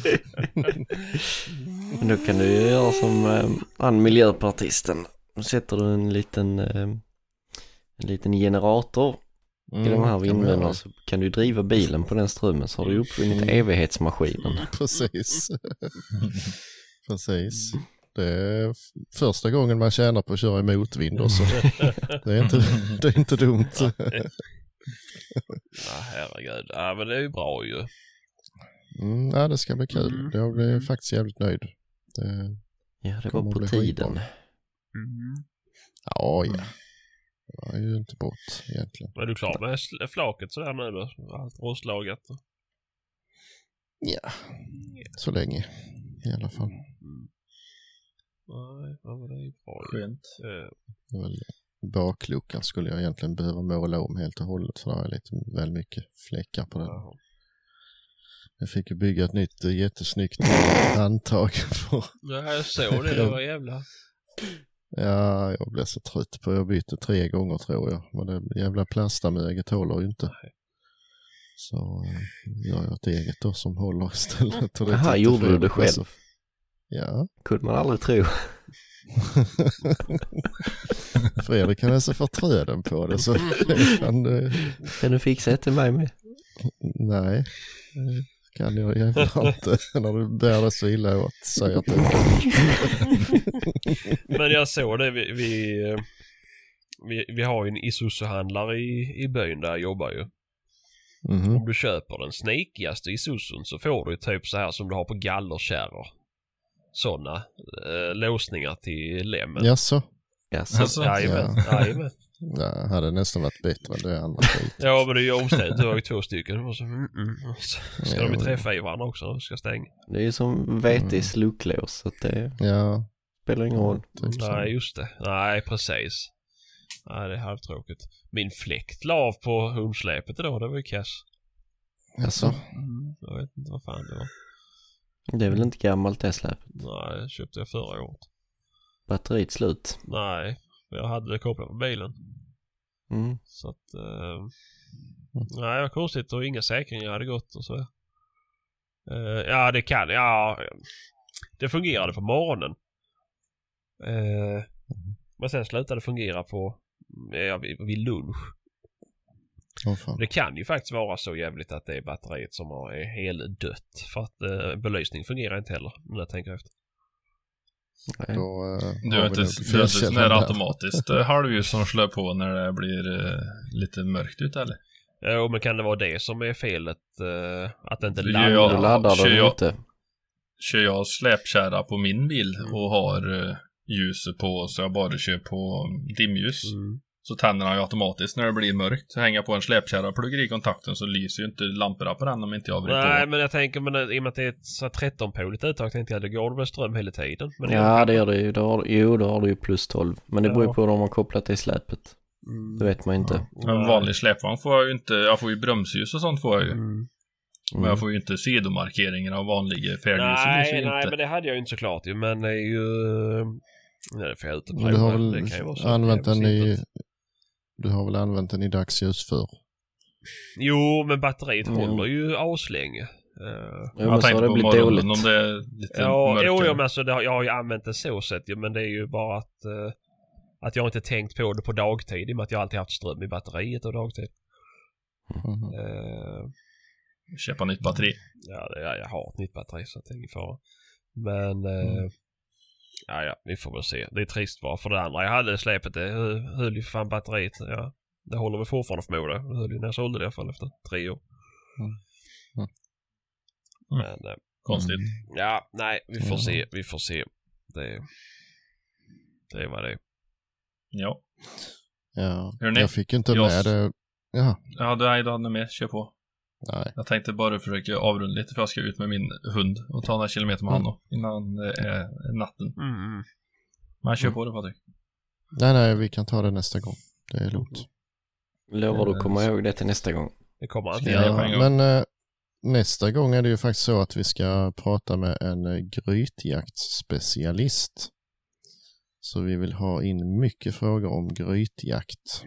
Då kan du göra som miljöpartisten. Då sätter du en liten generator i de här vindmöllerna, så kan du driva bilen på den strömmen, så har du uppfunnit evighetsmaskinen. Precis. Precis. Det är första gången man tjänar på att köra i motvind också. Det är inte dumt. Ja, herregud. Ja, men det är ju bra ju. Ja, det ska bli kul. Jag blir faktiskt jävligt nöjd. Det var på tiden. Ja. Det är ju inte bort egentligen. Är du klar med flaket sådär nu då? Allt rostlagat? Ja, så länge i alla fall. Nej, det är bra. Skönt. Bakluckan skulle jag egentligen behöva måla om helt och hållet, för det är lite väl mycket fläckar på den. Jag fick ju bygga ett nytt jättesnyggt handtag för... Ja, jag såg det. Det var jävla... Ja, jag blev så trött på. Jag bytte 3 gånger tror jag. Men det jävla plastamöget tåler ju inte. Så gör jag ett eget då som håller istället. Jaha, gjorde du det själv? Ja. Kunde man aldrig tro. Fredrik kan alltså få träden på det, så kan du fixa ett till mig med? Nej, kan jag jävla inte när du bär det så illa åt, säger du. Men jag såg det, vi har ju en Isuzu-handlare i byn där jag jobbar ju. Om du köper den sneakigaste Isuzu'n så får du typ så här som du har på gallerkärror. Sådana låsningar till lämmen. Jaså? Jajamän. Ja, hade nästan varit bättre än det andra skit. Ja, men det är ju omständigt. Du har ju 2 stycken. Och så ska de ju träffa i varandra också när du ska stänga. Det är ju som VTs lucklås, så att det spelar ingen roll. Nej, just det. Nej, precis. Nej, det är halvtråkigt. Min fläkt la av på hundsläpet idag, det var ju kass. Jaså? Jag vet inte vad fan det var. Det är väl inte gammalt det släpet? Nej, det köpte jag förra året. Batteriet slut? Nej, jag hade det kopplat på bilen. Så att... nej, det var konstigt och inga säkringar hade gått och så. Ja, det kan... Ja, det fungerade på morgonen. Men sen slutade det fungera på vid lunch. Det kan ju faktiskt vara så jävligt att det är batteriet som är helt dött. För att belysning fungerar inte heller, när jag tänker efter. Du har inte sån här automatiskt halvljus som slår på när det blir lite mörkt ut, eller? Jo, men kan det vara det som är felet? Att det inte laddar? Kör jag släpkärra på min bil och har ljuset på, så jag bara kör på dimljus, så tänder han ju automatiskt när det blir mörkt. Så hänger jag på en släpkärra och pluggar i kontakten, så lyser ju inte lamporna på den om inte jag vrider på. Nej, men jag tänker, men i och med att det är ett 13-poligt uttag, tänkte jag, det går väl ström hela tiden. Men ja, det gör det ju. Då har du ju plus 12. Men det beror ju på om man har kopplat det i släpet. Det vet man inte. Ja. En vanlig släpvagn får jag ju inte. Jag får ju bromsljus och sånt får jag ju. Men jag får ju inte sidomarkeringen av vanliga färdljus. Nej, men det hade jag ju inte såklart ju. Men det är ju... Nej, det får jag du har väl använt den i... Du har väl använt den i dagsljus för? Jo, men batteriet håller ju aslänge. Jag tänkte på morgonen om det är lite mörkare. Jo, men alltså, jag har ju använt det så sätt, men det är ju bara att jag inte tänkt på det på dagtid, i och med att jag alltid haft ström i batteriet och dagtid. Köpa nytt batteri. Ja, jag har ett nytt batteri, så det är ingen fara. Men ja, vi får väl se. Det är trist bara för det andra. Jag hade släpet, det höll ju för fan batteriet. Ja, det håller vi fortfarande förmoda. Det höll ju när jag sålde det i alla fall efter 3 år. Men konstigt. Ja, nej, vi får se. Det var det. Ja. Jag fick inte med det. Ja, du hade med. Kör på. Nej. Jag tänkte bara försöka avrunda lite, för jag ska ut med min hund och ta några kilometer med honom innan det är natten. Men kör på det, Patrik. Nej, vi kan ta det nästa gång. Det är lugnt. Lovar du komma ihåg det till nästa gång? Det kommer alltid. Men nästa gång är det ju faktiskt så att vi ska prata med en grytjaktsspecialist. Så vi vill ha in mycket frågor om grytjakt.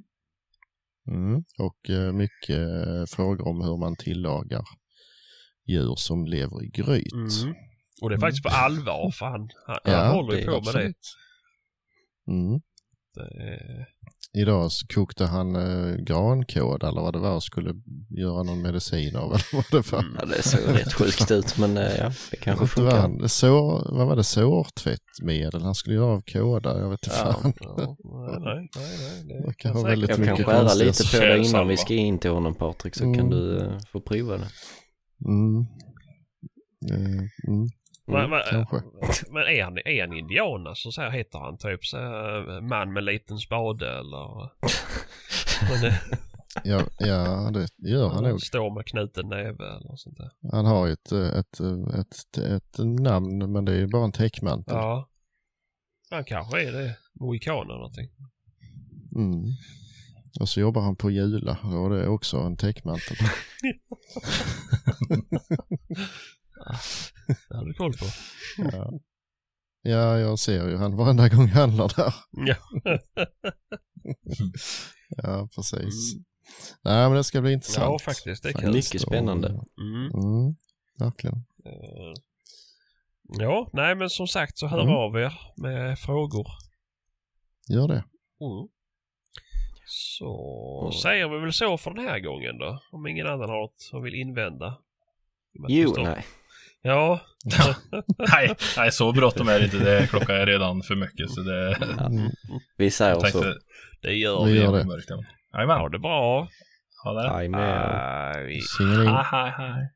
Och mycket frågor om hur man tillagar djur som lever i gryt. Och det är faktiskt på allvar, för han håller ju på med det. Idag kokte han grankåd eller vad det var, och skulle göra någon medicin av, eller vad det var. Ja, det såg rätt sjukt ut, men ja, det kanske funkar. Vad var det? Sårtvättmedel han skulle göra av kåda, jag vet inte fan. Nej. Jag kan skära lite på det innan vi ska in till honom, Patrik, så kan du få prova det. Kanske. Men är han indian, så här heter han typ så här, man med liten spade eller Ja, det gör han nog. Står med knuten näve eller sånt där. Han har ju ett namn, men det är ju bara en täckmantel. Ja. Han kanske är det. Mohikan eller någonting. Mm. Och så jobbar han på Jula och det är också en täckmantel. Det har du koll på. Ja, jag ser ju han varenda gång jag handlar där. Ja. Ja, precis. Nej, men det ska bli intressant. Ja, faktiskt. Det är kul. Mycket spännande. Verkligen. Ja, nej men som sagt så hör av er med frågor. Gör det. Så säger vi väl så för den här gången då. Om ingen annan har något som vill invända. Nej. Ja. nej, så bråttom är det inte. Klockan är redan för mycket. Så det... Vi säger så. Det gör vi. Gör det. Ha det bra. Ha det. Hej med. Singeling. Hej.